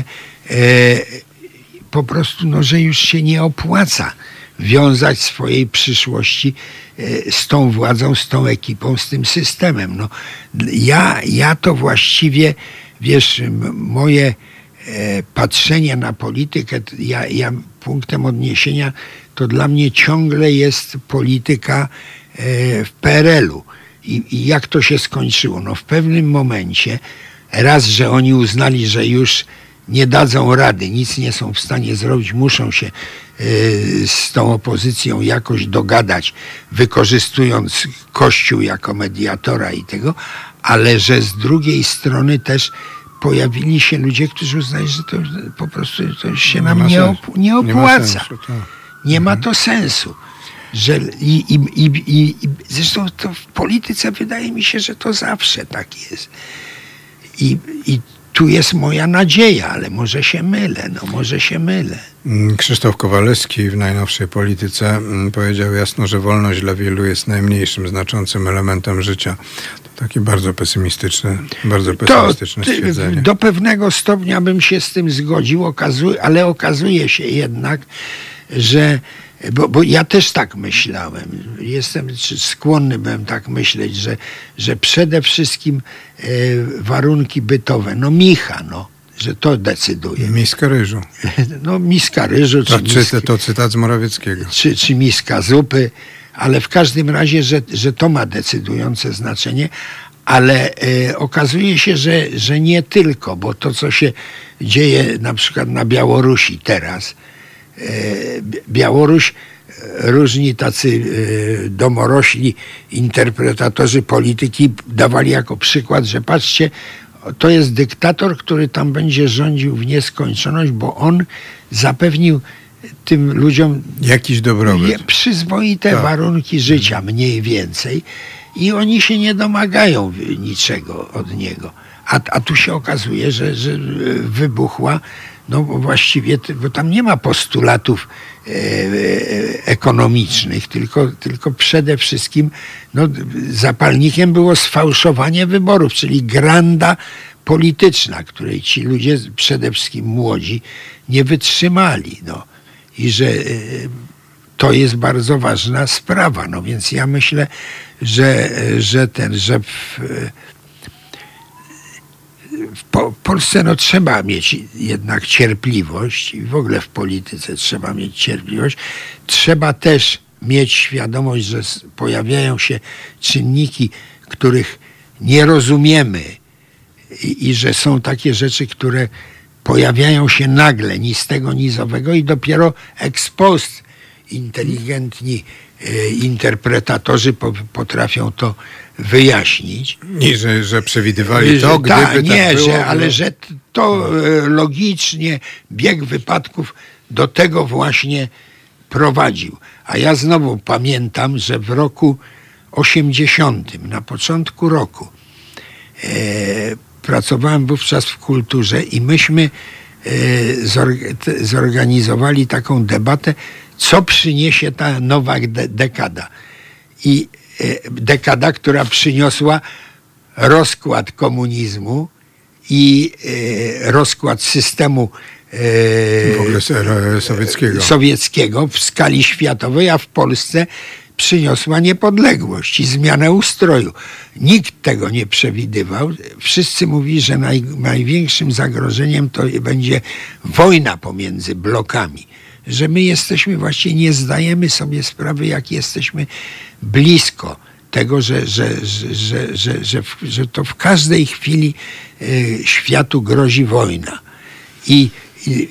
po prostu, no, że już się nie opłaca wiązać swojej przyszłości z tą władzą, z tą ekipą, z tym systemem. No, ja, ja to właściwie, wiesz, moje e, patrzenie na politykę, ja, ja punktem odniesienia to dla mnie ciągle jest polityka e, w P R L-u. I, I jak to się skończyło? No w pewnym momencie, raz, że oni uznali, że już nie dadzą rady, nic nie są w stanie zrobić, muszą się y, z tą opozycją jakoś dogadać, wykorzystując Kościół jako mediatora i tego, ale że z drugiej strony też pojawili się ludzie, którzy uznali, że to po prostu to się nam nie, op- nie opłaca. Nie ma, sensu, tak. nie ma to sensu. że i, i, i, i, i zresztą to w polityce wydaje mi się, że to zawsze tak jest. I, i tu jest moja nadzieja, ale może się mylę, no może się mylę. Krzysztof Kowalewski w najnowszej Polityce powiedział jasno, że wolność dla wielu jest najmniejszym znaczącym elementem życia. To takie bardzo pesymistyczne, bardzo pesymistyczne to, stwierdzenie. Do pewnego stopnia bym się z tym zgodził, okazuje, ale okazuje się jednak, że Bo, bo ja też tak myślałem. Jestem skłonny byłem tak myśleć, że, że przede wszystkim e, warunki bytowe, no micha, no, że to decyduje. Miska ryżu. No miska ryżu. To, czy miska, to cytat z Morawieckiego. Czy, czy miska zupy, ale w każdym razie, że, że to ma decydujące znaczenie. Ale e, okazuje się, że, że nie tylko, bo to, co się dzieje na przykład na Białorusi teraz, Białoruś, różni tacy domorośli interpretatorzy polityki dawali jako przykład, że patrzcie, to jest dyktator, który tam będzie rządził w nieskończoność, bo on zapewnił tym ludziom jakiś dobrobyt, przyzwoite tak. warunki życia mniej więcej i oni się nie domagają niczego od niego. A, a tu się okazuje, że, że wybuchła no właściwie, bo tam nie ma postulatów e, ekonomicznych, tylko, tylko przede wszystkim no, zapalnikiem było sfałszowanie wyborów, czyli granda polityczna, której ci ludzie, przede wszystkim młodzi, nie wytrzymali. No. I że e, to jest bardzo ważna sprawa. No więc ja myślę, że, że ten, że w, W po, Polsce no, trzeba mieć jednak cierpliwość i w ogóle w polityce trzeba mieć cierpliwość. Trzeba też mieć świadomość, że pojawiają się czynniki, których nie rozumiemy i, i że są takie rzeczy, które pojawiają się nagle, ni z tego, ni z owego i dopiero ex post inteligentni e, interpretatorzy po, potrafią to wyjaśnić. Nie, że, że przewidywali to, gdyby Ta, tak nie, było. Że, ale że to no. logicznie bieg wypadków do tego właśnie prowadził. A ja znowu pamiętam, że w roku osiemdziesiątym, na początku roku, e, pracowałem wówczas w kulturze i myśmy e, zorg- te, zorganizowali taką debatę, co przyniesie ta nowa de- dekada. I dekada, która przyniosła rozkład komunizmu i e, rozkład systemu e, w ogóle sowieckiego. sowieckiego w skali światowej, a w Polsce przyniosła niepodległość i zmianę ustroju. Nikt tego nie przewidywał. Wszyscy mówili, że naj, największym zagrożeniem to będzie wojna pomiędzy blokami. Że my jesteśmy, właśnie nie zdajemy sobie sprawy, jak jesteśmy blisko tego, że, że, że, że, że, że, w, że to w każdej chwili y, światu grozi wojna. I, i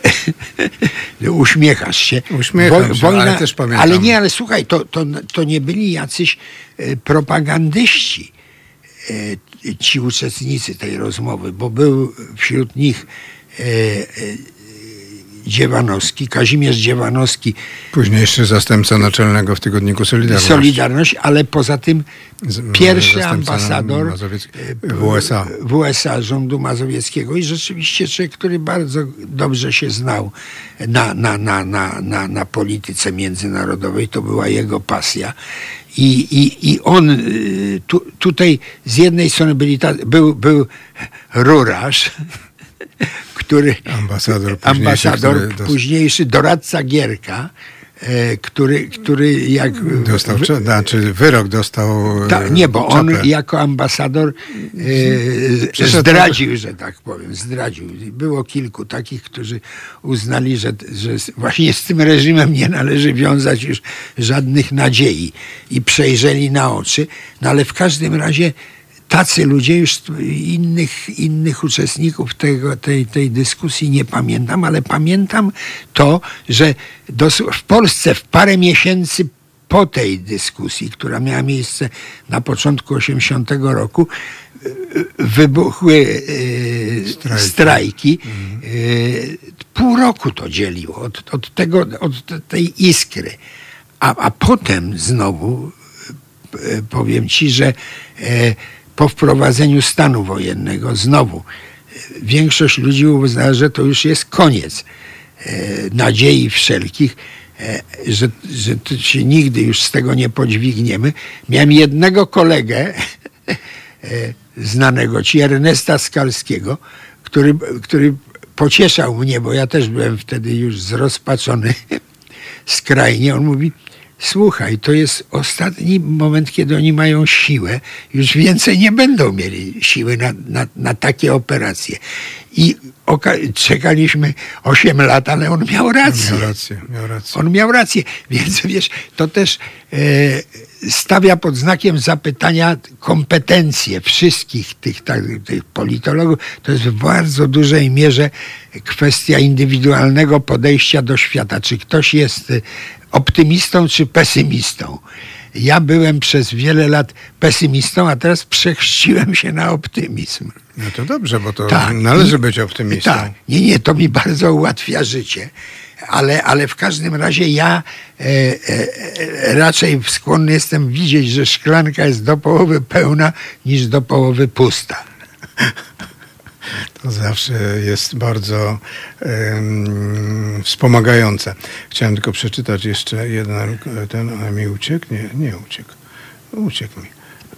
uśmiechasz się. Uśmiecham Wo, się, wojna, ale też pamiętam. Ale nie, ale słuchaj, to, to, to nie byli jacyś y, propagandyści, y, ci uczestnicy tej rozmowy, bo był wśród nich y, y, Dziewanowski, Kazimierz Dziewanowski. Późniejszy zastępca naczelnego w tygodniku Solidarność. Solidarność, ale poza tym pierwszy ambasador w U S A. w U S A rządu mazowieckiego i rzeczywiście człowiek, który bardzo dobrze się znał na, na, na, na, na, na polityce międzynarodowej. To była jego pasja. I, i, i on tu, tutaj z jednej strony byli ta, był, był Rurasz, który ambasador, późniejszy, ambasador który dos... późniejszy doradca Gierka, e, który, który jak... Dostał, wy... znaczy wyrok dostał... Ta, nie, bo czapę. on jako ambasador e, zdradził, że tak powiem, zdradził. Było kilku takich, którzy uznali, że, że właśnie z tym reżimem nie należy wiązać już żadnych nadziei i przejrzeli na oczy. No ale w każdym razie tacy ludzie, już innych, innych uczestników tego, tej, tej dyskusji nie pamiętam, ale pamiętam to, że dos- w Polsce w parę miesięcy po tej dyskusji, która miała miejsce na początku osiemdziesiątego roku, wybuchły e, strajki. strajki. Mhm. E, pół roku to dzieliło od, od, tego, od tej iskry. a, a potem znowu e, powiem ci, że e, po wprowadzeniu stanu wojennego znowu e, większość ludzi uznała, że to już jest koniec e, nadziei wszelkich, e, że, że to się nigdy już z tego nie podźwigniemy. Miałem jednego kolegę e, znanego ci, Ernesta Skalskiego, który, który pocieszał mnie, bo ja też byłem wtedy już zrozpaczony skrajnie. On mówi: słuchaj, to jest ostatni moment, kiedy oni mają siłę. Już więcej nie będą mieli siły na, na, na takie operacje. I oka- czekaliśmy osiem lat, ale on miał rację. Miał rację, miał rację. On miał rację. Więc wiesz, to też e, stawia pod znakiem zapytania kompetencje wszystkich tych, tak, tych politologów. To jest w bardzo dużej mierze kwestia indywidualnego podejścia do świata. Czy ktoś jest optymistą czy pesymistą. Ja byłem przez wiele lat pesymistą, a teraz przechrzciłem się na optymizm. No to dobrze, bo to tak, należy i, być optymistą. Tak, nie, nie, to mi bardzo ułatwia życie. Ale, ale w każdym razie ja e, e, raczej skłonny jestem widzieć, że szklanka jest do połowy pełna niż do połowy pusta. To zawsze jest bardzo um, wspomagające. Chciałem tylko przeczytać jeszcze jeden, ten, a mi uciekł? Nie, nie uciekł. Uciekł mi.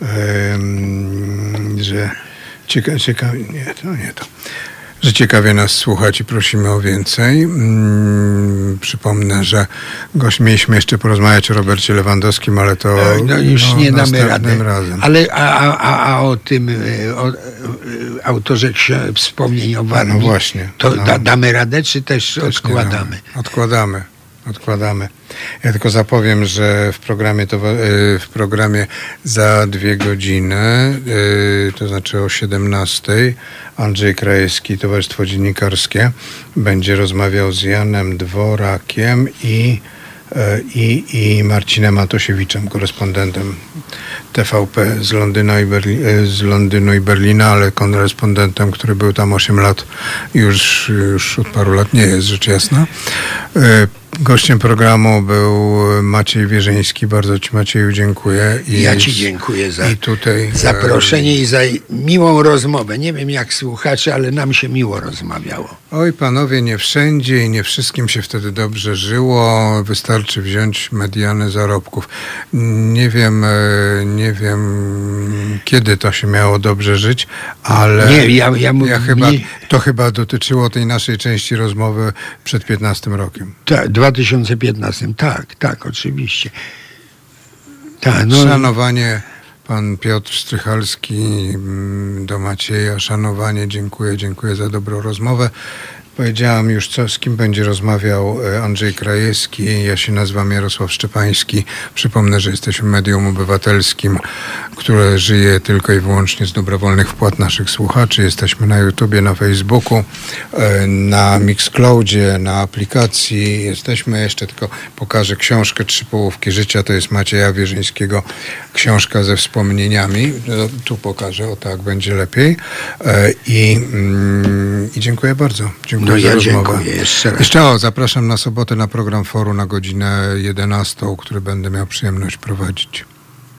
Um, że cieka, ciekawie, nie, to nie to. Że ciekawie nas słuchać i prosimy o więcej. Hmm, przypomnę, że gość mieliśmy jeszcze porozmawiać o Robercie Lewandowskim, ale to no już no, nie damy rady. Razem. Ale a, a, a o tym o, autorze ksi- wspomnień o Warmii, no właśnie, to no. da, damy radę, czy też, też odkładamy? Odkładamy. Odkładamy. Ja tylko zapowiem, że w programie, to, w programie za dwie godziny, to znaczy o siedemnastej, Andrzej Krajewski, Towarzystwo Dziennikarskie, będzie rozmawiał z Janem Dworakiem i, i, i Marcinem Atosiewiczem, korespondentem T V P z Londynu, i Berli- z Londynu i Berlina, ale korespondentem, który był tam osiem lat, już, już od paru lat nie jest, rzecz jasna. Gościem programu był Maciej Wierzyński. Bardzo ci, Macieju, dziękuję. I ja ci dziękuję za i tutaj, zaproszenie i za miłą rozmowę. Nie wiem jak słuchacze, ale nam się miło rozmawiało. Oj, panowie, nie wszędzie i nie wszystkim się wtedy dobrze żyło. Wystarczy wziąć mediany zarobków. Nie wiem, nie wiem, kiedy to się miało dobrze żyć, ale nie, ja, ja, ja chyba, nie... to chyba dotyczyło tej naszej części rozmowy przed piętnastym rokiem. Tak, dwa tysiące piętnastym, tak, tak, oczywiście. Tak, no. Szanowanie, pan Piotr Strychalski do Macieja, szanowanie, dziękuję, dziękuję za dobrą rozmowę. Powiedziałam już, co, z kim będzie rozmawiał Andrzej Krajewski. Ja się nazywam Jarosław Szczepański. Przypomnę, że jesteśmy medium obywatelskim, które żyje tylko i wyłącznie z dobrowolnych wpłat naszych słuchaczy. Jesteśmy na YouTubie, na Facebooku, na Mixcloudzie, na aplikacji. Jesteśmy, jeszcze tylko pokażę książkę Trzy połówki życia. To jest Macieja Wierzyńskiego, książka ze wspomnieniami. No, tu pokażę, o tak będzie lepiej. I, i dziękuję bardzo. Dziękuję. No za ja rozmowę. dziękuję jeszcze raz. Jeszcze o, zapraszam na sobotę na program Forum na godzinę jedenastą, który będę miał przyjemność prowadzić.